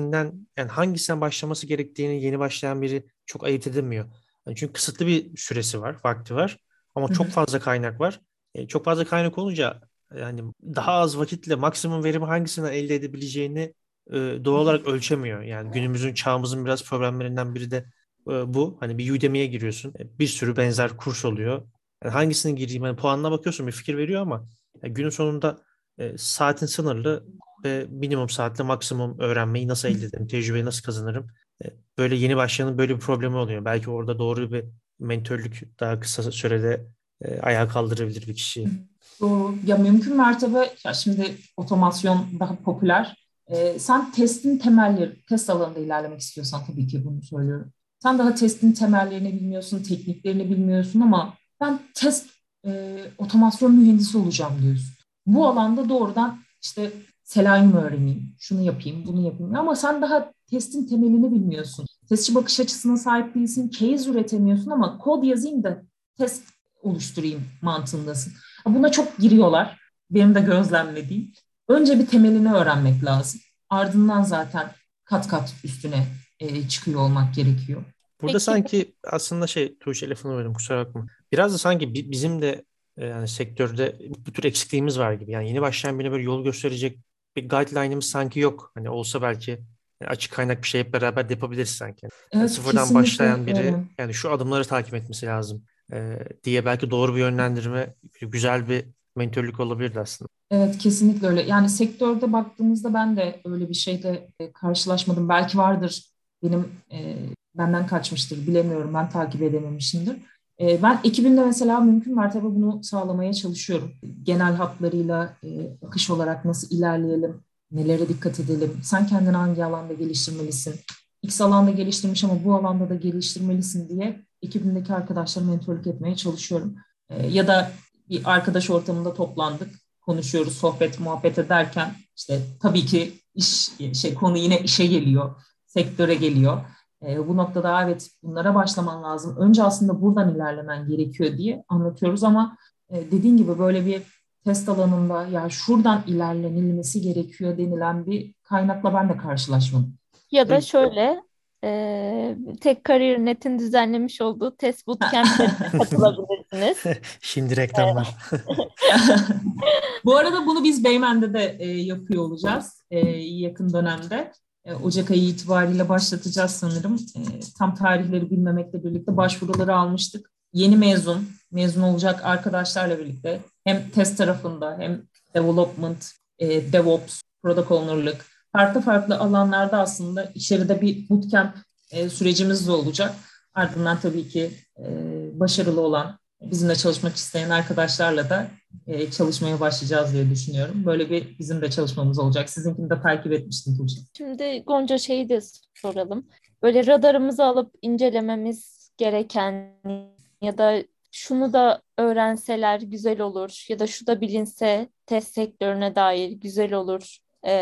hangisinden başlaması gerektiğini yeni başlayan biri çok ayırt edemiyor. Yani çünkü kısıtlı bir süresi var, vakti var. Ama Hı hı. çok fazla kaynak var. Çok fazla kaynak olunca yani daha az vakitle maksimum verimi hangisinden elde edebileceğini doğal olarak ölçemiyor. Yani günümüzün çağımızın biraz problemlerinden biri de bu. Hani bir Udemy'ye giriyorsun. Bir sürü benzer kurs oluyor. Yani hangisini gireyim? Yani puanına bakıyorsun bir fikir veriyor ama günün sonunda Saatin sınırlı ve minimum saatle maksimum öğrenmeyi nasıl elde ederim, tecrübeyi nasıl kazanırım? Böyle yeni başlayanın böyle bir problemi oluyor. Belki orada doğru bir mentörlük daha kısa sürede ayağa kaldırabilir bir kişiyi. Doğru. Ya mümkün mertebe ya şimdi otomasyon daha popüler. Sen testin temelleri, test alanında ilerlemek istiyorsan tabii ki bunu söylüyorum. Sen daha testin temellerini bilmiyorsun, tekniklerini bilmiyorsun ama ben test otomasyon mühendisi olacağım diyorsun. Bu alanda doğrudan işte Selenium öğreneyim, şunu yapayım, bunu yapayım. Ama sen daha testin temelini bilmiyorsun. Testçi bakış açısına sahip değilsin, case üretemiyorsun ama kod yazayım da test oluşturayım mantığındasın. Buna çok giriyorlar. Benim de gözlemlediğim. Önce bir temelini öğrenmek lazım. Ardından zaten kat kat üstüne çıkıyor olmak gerekiyor. Burada Peki sanki aslında Tuğçe lafını böldüm kusura bakma. Biraz da sanki bizim de yani sektörde bu tür eksikliğimiz var gibi. Yani yeni başlayan birine böyle yol gösterecek bir guideline'ımız sanki yok. Hani olsa belki açık kaynak bir şey hep beraber de yapabiliriz sanki. Yani Evet, sıfırdan kesinlikle başlayan biri öyle. yani şu adımları takip etmesi lazım diye belki doğru bir yönlendirme, güzel bir mentörlük olabilirdi aslında. Evet, kesinlikle öyle. Yani sektörde baktığımızda ben de öyle bir şeyde karşılaşmadım. Belki vardır. Benden kaçmıştır. Bilemiyorum. Ben takip edememişimdir. Ben ekibimde mesela mümkün mertebe bunu sağlamaya çalışıyorum. Genel hatlarıyla akış olarak nasıl ilerleyelim, nelere dikkat edelim. Sen kendini hangi alanda geliştirmelisin? X alanda geliştirmiş ama bu alanda da geliştirmelisin diye ekibimdeki arkadaşlarıma mentorluk etmeye çalışıyorum. Ya da bir arkadaş ortamında toplandık, konuşuyoruz, sohbet, muhabbet ederken işte tabii ki konu yine işe geliyor, sektöre geliyor. Bu noktada evet bunlara başlaman lazım. Önce aslında buradan ilerlemen gerekiyor diye anlatıyoruz ama dediğin gibi böyle bir test alanında ya şuradan ilerlenilmesi gerekiyor denilen bir kaynakla ben de karşılaşmadım. ya da şöyle tek Kariyer.net'in düzenlemiş olduğu test bootcamp'lerine katılabilirsiniz. Şimdi reklamlar. Bu arada bunu biz Beymen'de de yapıyor olacağız yakın dönemde. Ocak ayı itibariyle başlatacağız sanırım. Tam tarihleri bilmemekle birlikte başvuruları almıştık. Yeni mezun olacak arkadaşlarla birlikte hem test tarafında hem development, DevOps, product owner'lık farklı farklı alanlarda aslında içeride bir bootcamp sürecimiz de olacak. Ardından tabii ki başarılı olan bizimle çalışmak isteyen arkadaşlarla da çalışmaya başlayacağız diye düşünüyorum. Böyle bir bizim de çalışmamız olacak. Sizinkini de takip etmiştim Tuğçe. Şimdi Gonca şeyi de soralım. Böyle radarımızı alıp incelememiz gereken ya da şunu da öğrenseler güzel olur ya da şu da bilinse test sektörüne dair güzel olur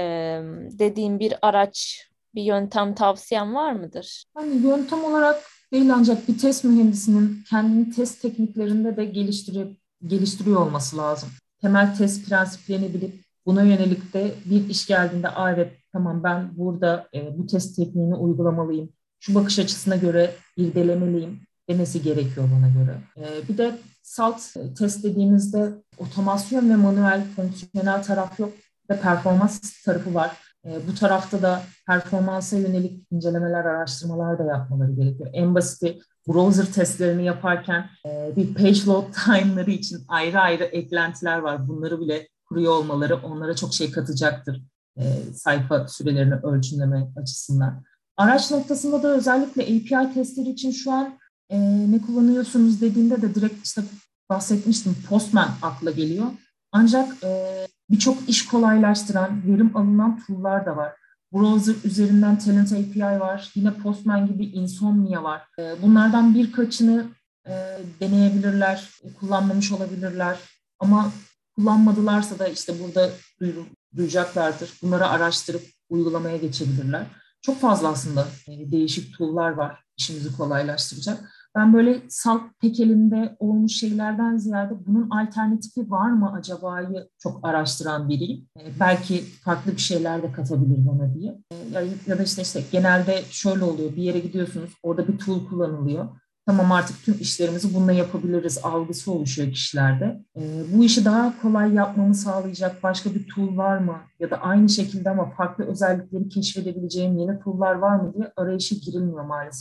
dediğim bir araç, bir yöntem tavsiyen var mıdır? Hani yöntem olarak değil ancak bir test mühendisinin kendini test tekniklerinde de geliştiriyor olması lazım. Temel test prensiplerini bilip buna yönelik de bir iş geldiğinde evet tamam ben burada bu test tekniğini uygulamalıyım. Şu bakış açısına göre irdelemeliyim demesi gerekiyor bana göre. Bir de salt test dediğimizde otomasyon ve manuel fonksiyonel taraf yok ve performans tarafı var. Bu tarafta da performansa yönelik incelemeler, araştırmalar da yapmaları gerekiyor. En basiti browser testlerini yaparken bir page load time'ları için ayrı ayrı eklentiler var. Bunları bile kuruyor olmaları onlara çok şey katacaktır. Sayfa sürelerini ölçümleme açısından. Araç noktasında da özellikle API testleri için şu an ne kullanıyorsunuz dediğinde de direkt işte bahsetmiştim Postman akla geliyor. Ancak birçok iş kolaylaştıran, verim alınan tool'lar da var. Browser üzerinden Talent API var. Yine Postman gibi Insomnia var. Bunlardan birkaçını deneyebilirler, kullanmamış olabilirler. Ama kullanmadılarsa da işte burada duyacaklardır. Bunları araştırıp uygulamaya geçebilirler. Çok fazla aslında değişik tool'lar var işimizi kolaylaştıracak. Ben böyle salt tek elinde olmuş şeylerden ziyade bunun alternatifi var mı acaba'yı çok araştıran biriyim. Belki farklı bir şeyler de katabilir bana diye. Ya da işte genelde şöyle oluyor. Bir yere gidiyorsunuz, orada bir tool kullanılıyor. Tamam artık tüm işlerimizi bununla yapabiliriz algısı oluşuyor kişilerde. Bu işi daha kolay yapmamı sağlayacak başka bir tool var mı? Ya da aynı şekilde ama farklı özellikleri keşfedebileceğim yeni tool'lar var mı diye arayışa girilmiyor maalesef.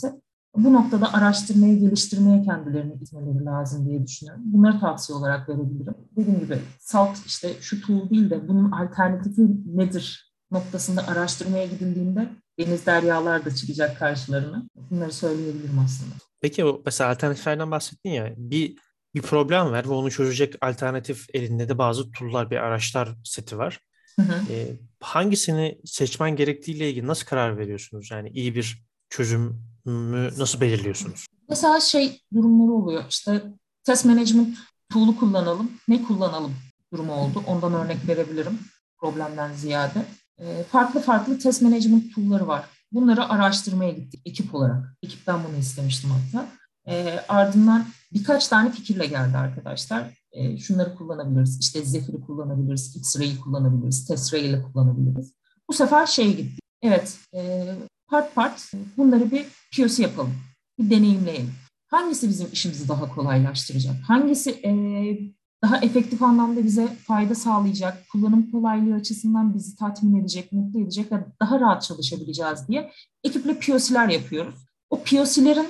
Bu noktada araştırmaya, geliştirmeye kendilerini itmeleri lazım diye düşünüyorum. Bunları tavsiye olarak verebilirim. Dediğim gibi salt işte şu tool değil de bunun alternatifi nedir noktasında araştırmaya gidildiğinde deniz deryalar da çıkacak karşılarına. Bunları söyleyebilirim aslında. Peki o mesela alternatiflerden bahsettin ya, bir problem var ve onu çözecek alternatif elinde de bazı tool'lar, bir araçlar seti var. Hı hı. Hangisini seçmen gerektiğiyle ilgili nasıl karar veriyorsunuz? Yani iyi bir çözümü nasıl belirliyorsunuz? Mesela şey durumları oluyor. İşte test management tool'u kullanalım, ne kullanalım durumu oldu. Ondan örnek verebilirim problemden ziyade. Farklı farklı test management tool'ları var. Bunları araştırmaya gittik ekip olarak. Ekipten bunu istemiştim hatta. Ardından birkaç tane fikirle geldi arkadaşlar. Şunları kullanabiliriz. İşte Zephyr'i kullanabiliriz, X-Ray'i kullanabiliriz, TestRay'i kullanabiliriz. Bu sefer şeye gittik. Evet, part part bunları bir POC yapalım. Bir deneyimleyelim. Hangisi bizim işimizi daha kolaylaştıracak? Hangisi daha efektif anlamda bize fayda sağlayacak, kullanım kolaylığı açısından bizi tatmin edecek, mutlu edecek ve daha rahat çalışabileceğiz diye ekiple POC'ler yapıyoruz. O POC'lerin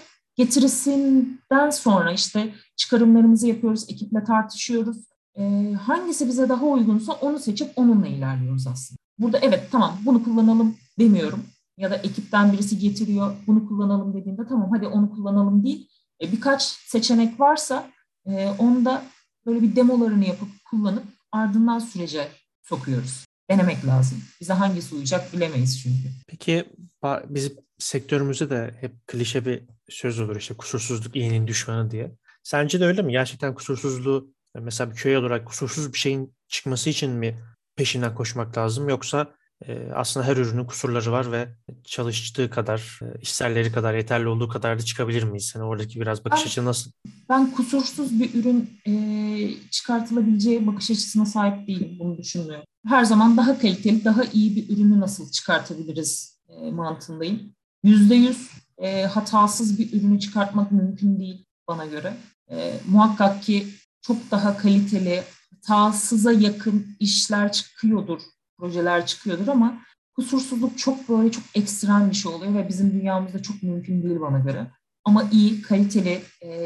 getirisinden sonra işte çıkarımlarımızı yapıyoruz, ekiple tartışıyoruz. Hangisi bize daha uygunsa onu seçip onunla ilerliyoruz aslında. Burada evet tamam bunu kullanalım demiyorum. Ya da ekipten birisi getiriyor bunu kullanalım dediğinde tamam hadi onu kullanalım değil. Birkaç seçenek varsa onu da böyle bir demolarını yapıp kullanıp ardından sürece sokuyoruz. Denemek lazım. Bize hangisi uyacak bilemeyiz çünkü. Peki bizim sektörümüzde de hep klişe bir söz olur, işte kusursuzluk iyinin düşmanı diye. Sence de öyle mi? Gerçekten kusursuzluğu, mesela bir köy olarak kusursuz bir şeyin çıkması için mi peşinden koşmak lazım, yoksa aslında her ürünün kusurları var ve çalıştığı kadar, isterleri kadar, yeterli olduğu kadar da çıkabilir miyiz? Yani oradaki biraz bakış Ben, açı nasıl? ben kusursuz bir ürün çıkartılabileceği bakış açısına sahip değilim. Bunu düşünmüyorum. Her zaman daha kaliteli, daha iyi bir ürünü nasıl çıkartabiliriz mantığındayım. %100 hatasız bir ürünü çıkartmak mümkün değil bana göre. Muhakkak ki çok daha kaliteli, hatasıza yakın işler çıkıyordur, projeler çıkıyordur ama kusursuzluk çok böyle çok ekstrem bir şey oluyor ve bizim dünyamızda çok mümkün değil bana göre. Ama iyi, kaliteli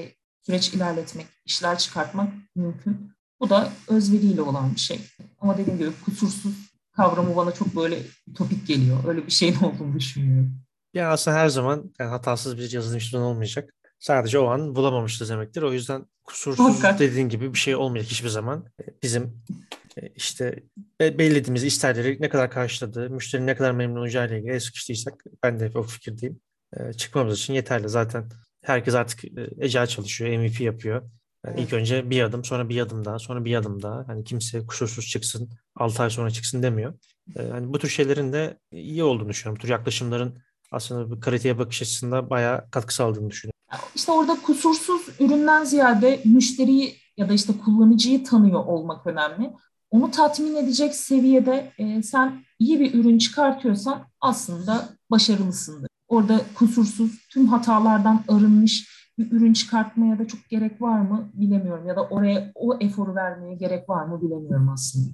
süreç ilerletmek, işler çıkartmak mümkün. Bu da özveriyle olan bir şey. Ama dediğim gibi kusursuz kavramı bana çok böyle ütopik geliyor. Öyle bir şeyin olduğunu düşünmüyorum. Yani aslında her zaman yani hatasız bir yazılımcıdan olmayacak. Sadece o an bulamamıştı demektir. O yüzden kusursuz Muhakkak. dediğin gibi bir şey olmayacak hiçbir zaman. Bizim işte belirlediğimiz isterleri ne kadar karşıladığı, müşterinin ne kadar memnun olacağıyla ilgili el sıkıştıysak, ben de o fikirdeyim. Çıkmamız için yeterli. Zaten herkes artık Agile çalışıyor, MVP yapıyor. Yani ilk Evet. önce bir adım, sonra bir adım daha, sonra bir adım daha. Hani kimse kusursuz çıksın, 6 ay sonra çıksın demiyor. Hani bu tür şeylerin de iyi olduğunu düşünüyorum. Bu tür yaklaşımların aslında bu kaliteye bakış açısında bayağı katkı sağladığını düşünüyorum. İşte orada kusursuz üründen ziyade müşteriyi ya da işte kullanıcıyı tanıyor olmak önemli. Onu tatmin edecek seviyede sen iyi bir ürün çıkartıyorsan aslında başarılısındır. Orada kusursuz, tüm hatalardan arınmış bir ürün çıkartmaya da çok gerek var mı bilemiyorum. Ya da oraya o eforu vermeye gerek var mı bilemiyorum aslında.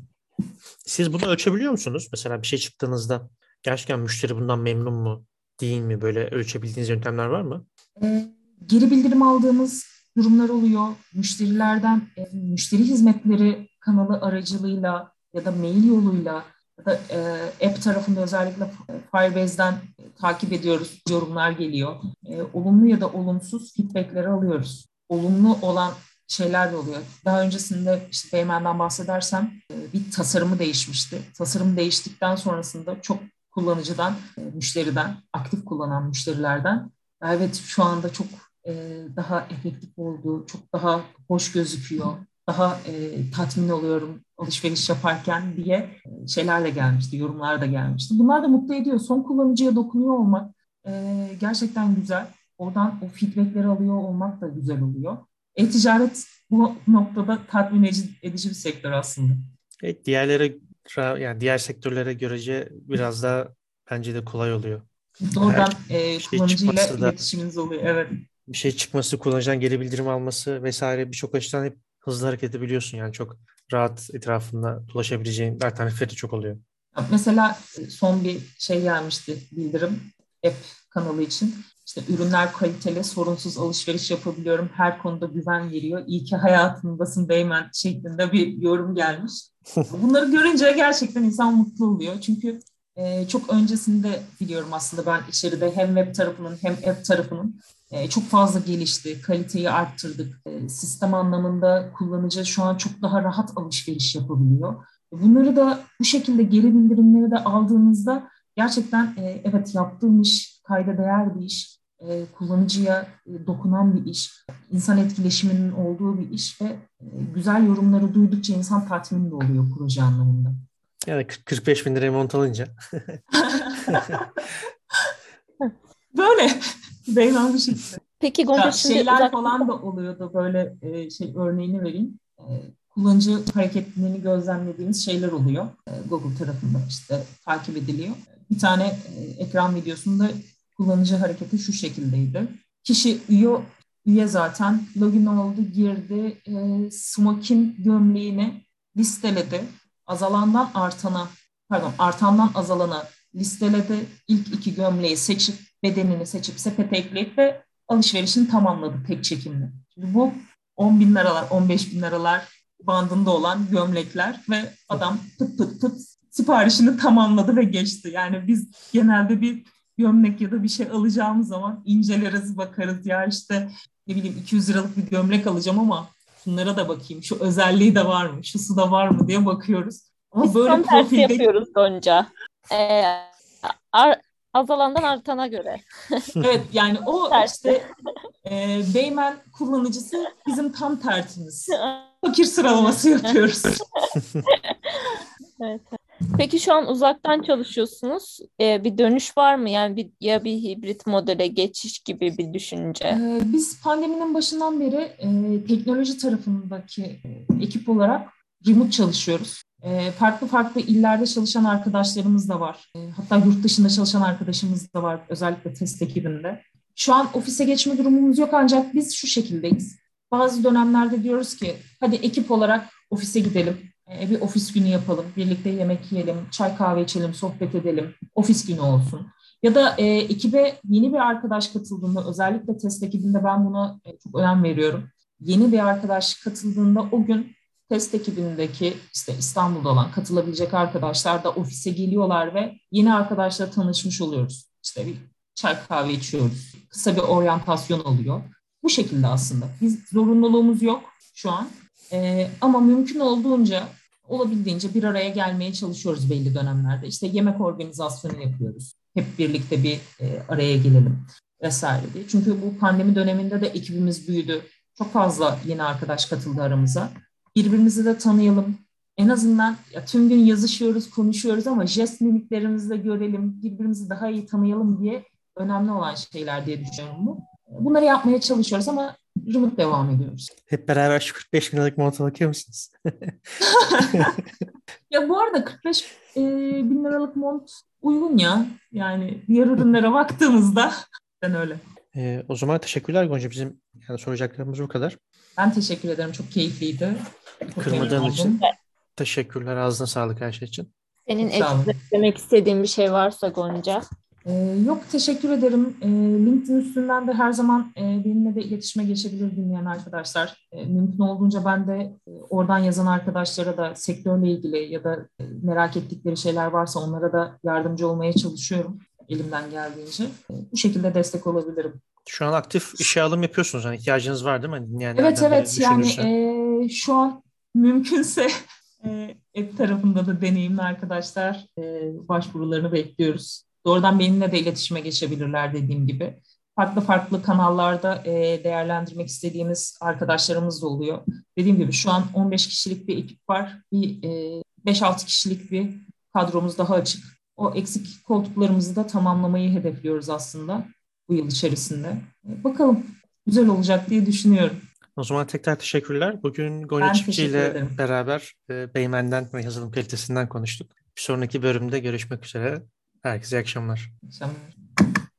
Siz bunu ölçebiliyor musunuz? Mesela bir şey çıktığınızda gerçekten müşteri bundan memnun mu, değil mi? Böyle ölçebildiğiniz yöntemler var mı? E, Geri bildirim aldığımız durumlar oluyor. Müşterilerden müşteri hizmetleri kanalı aracılığıyla ya da mail yoluyla ya da app tarafında özellikle Firebase'den takip ediyoruz. Yorumlar geliyor. Olumlu ya da olumsuz feedbackleri alıyoruz. Olumlu olan şeyler de oluyor. Daha öncesinde işte Beymen'den bahsedersem bir tasarımı değişmişti. Tasarım değiştikten sonrasında çok kullanıcıdan, müşteriden, aktif kullanan müşterilerden evet şu anda çok daha efektif oldu, çok daha hoş gözüküyor, daha tatmin oluyorum alışveriş yaparken diye şeylerle gelmişti, yorumlar da gelmişti. Bunlar da mutlu ediyor. Son kullanıcıya dokunuyor olmak gerçekten güzel. Oradan o feedbackleri alıyor olmak da güzel oluyor. E-ticaret bu noktada tatmin edici bir sektör aslında. Evet, yani diğer sektörlere görece biraz daha bence de kolay oluyor. Her Doğrudan bir şey kullanıcıyla çıkması da iletişiminiz oluyor. Evet. bir şey çıkması, kullanıcıdan geri bildirim alması vesaire, birçok açıdan hep hızlı hareket edebiliyorsun. Yani çok rahat etrafında dolaşabileceğin alternatifleri de çok oluyor. Mesela son bir şey gelmişti bildirim. App kanalı için. İşte ürünler kaliteli, sorunsuz alışveriş yapabiliyorum. Her konuda güven veriyor. İyi ki hayatımdasın Beymen şeklinde bir yorum gelmiş. Bunları görünce gerçekten insan mutlu oluyor. Çünkü çok öncesinde biliyorum aslında ben içeride hem web tarafının hem app tarafının çok fazla gelişti. Kaliteyi arttırdık. Sistem anlamında kullanıcı şu an çok daha rahat alışveriş yapabiliyor. Bunları da bu şekilde geri bildirimleri de aldığınızda gerçekten evet yaptığım iş kayda değer bir iş, kullanıcıya dokunan bir iş, insan etkileşiminin olduğu bir iş ve güzel yorumları duydukça insan tatmin de oluyor proje anlamında. Yani 45 bin liraya mont alınca. Böyle Beyhan bir şekilde. Peki Gonca Ya şimdi şeyler falan da oluyordu böyle örneğini vereyim. Kullanıcı hareketlerini gözlemlediğimiz şeyler oluyor. Google tarafından işte takip ediliyor. Bir tane ekran videosunda kullanıcı hareketi şu şekildeydi. Kişi üye zaten login oldu, girdi, smoking gömleğini listeledi. Azalandan artana, pardon artandan azalana listeledi. İlk iki gömleği seçip bedenini seçip sepete ekleyip ve alışverişini tamamladı tek çekimle. Şimdi bu 10 bin liralar, 15 bin liralar bandında olan gömlekler ve adam pıt pıt pıt siparişini tamamladı ve geçti. Yani biz genelde bir gömlek ya da bir şey alacağımız zaman inceleriz, bakarız. Ya işte ne bileyim 200 liralık bir gömlek alacağım ama şunlara da bakayım. Şu özelliği de var mı? Şusu da var mı diye bakıyoruz. Ama biz böyle tam tersi profilde yapıyoruz Gonca. Ee, ar- Azalandan artana göre. evet yani o Tersi. işte Beymen kullanıcısı bizim tam tersimiz. Fakir sıralaması yapıyoruz. Evet. Peki şu an uzaktan çalışıyorsunuz. Bir dönüş var mı? Yani ya bir hibrit modele geçiş gibi bir düşünce. Biz pandeminin başından beri teknoloji tarafındaki ekip olarak remote çalışıyoruz. Farklı farklı illerde çalışan arkadaşlarımız da var. Hatta yurt dışında çalışan arkadaşımız da var, özellikle test ekibinde. Şu an ofise geçme durumumuz yok ancak biz şu şekildeyiz. Bazı dönemlerde diyoruz ki hadi ekip olarak ofise gidelim. Bir ofis günü yapalım, birlikte yemek yiyelim, çay kahve içelim, sohbet edelim, ofis günü olsun. Ya da ekibe yeni bir arkadaş katıldığında, özellikle test ekibinde ben buna çok önem veriyorum. Yeni bir arkadaş katıldığında o gün test ekibindeki işte İstanbul'da olan katılabilecek arkadaşlar da ofise geliyorlar ve yeni arkadaşla tanışmış oluyoruz. İşte bir çay kahve içiyoruz. Kısa bir oryantasyon oluyor. Bu şekilde aslında. Biz zorunluluğumuz yok şu an. Ama mümkün olduğunca olabildiğince bir araya gelmeye çalışıyoruz belli dönemlerde. İşte yemek organizasyonu yapıyoruz. Hep birlikte bir araya gelelim vesaire diye. Çünkü bu pandemi döneminde de ekibimiz büyüdü. Çok fazla yeni arkadaş katıldı aramıza. Birbirimizi de tanıyalım. En azından ya, tüm gün yazışıyoruz, konuşuyoruz ama jest mimiklerimizi de görelim, birbirimizi daha iyi tanıyalım diye önemli olan şeyler diye düşünüyorum bu. Bunları yapmaya çalışıyoruz ama remote devam ediyoruz. Hep beraber şu 45 bin liralık monta bakıyor musunuz? Ya bu arada 45 bin liralık mont uygun ya. Yani diğer ürünlere baktığımızda ben öyle. O zaman teşekkürler Gonca. Bizim yani soracaklarımız bu kadar. Ben teşekkür ederim. Çok keyifliydi. Çok memnun Kırmadığın oldum. için teşekkürler. Ağzına sağlık her şey için. Senin Çok sağ olun. ekstra demek istediğin bir şey varsa Gonca. Yok teşekkür ederim. LinkedIn üstünden de her zaman benimle de iletişime geçebilir dinleyen arkadaşlar. Mümkün olduğunca ben de oradan yazan arkadaşlara da sektörle ilgili ya da merak ettikleri şeyler varsa onlara da yardımcı olmaya çalışıyorum elimden geldiğince. Bu şekilde destek olabilirim. Şu an aktif işe alım yapıyorsunuz. Yani ihtiyacınız var değil mi? Hani Evet dinleyenlerden biri evet yani düşünürse. şu an mümkünse app tarafında da deneyimli arkadaşlar başvurularını bekliyoruz. Doğrudan benimle de iletişime geçebilirler dediğim gibi. Farklı farklı kanallarda değerlendirmek istediğimiz arkadaşlarımız da oluyor. Dediğim gibi şu an 15 kişilik bir ekip var. Bir 5-6 kişilik bir kadromuz daha açık. O eksik koltuklarımızı da tamamlamayı hedefliyoruz aslında bu yıl içerisinde. Bakalım güzel olacak diye düşünüyorum. O zaman tekrar teşekkürler. Bugün Gonca Ben Çiftçi teşekkür ile ederim. beraber Beymen'den ve yazılım kalitesinden konuştuk. Bir sonraki bölümde görüşmek üzere. Herkese iyi akşamlar. İyi akşamlar.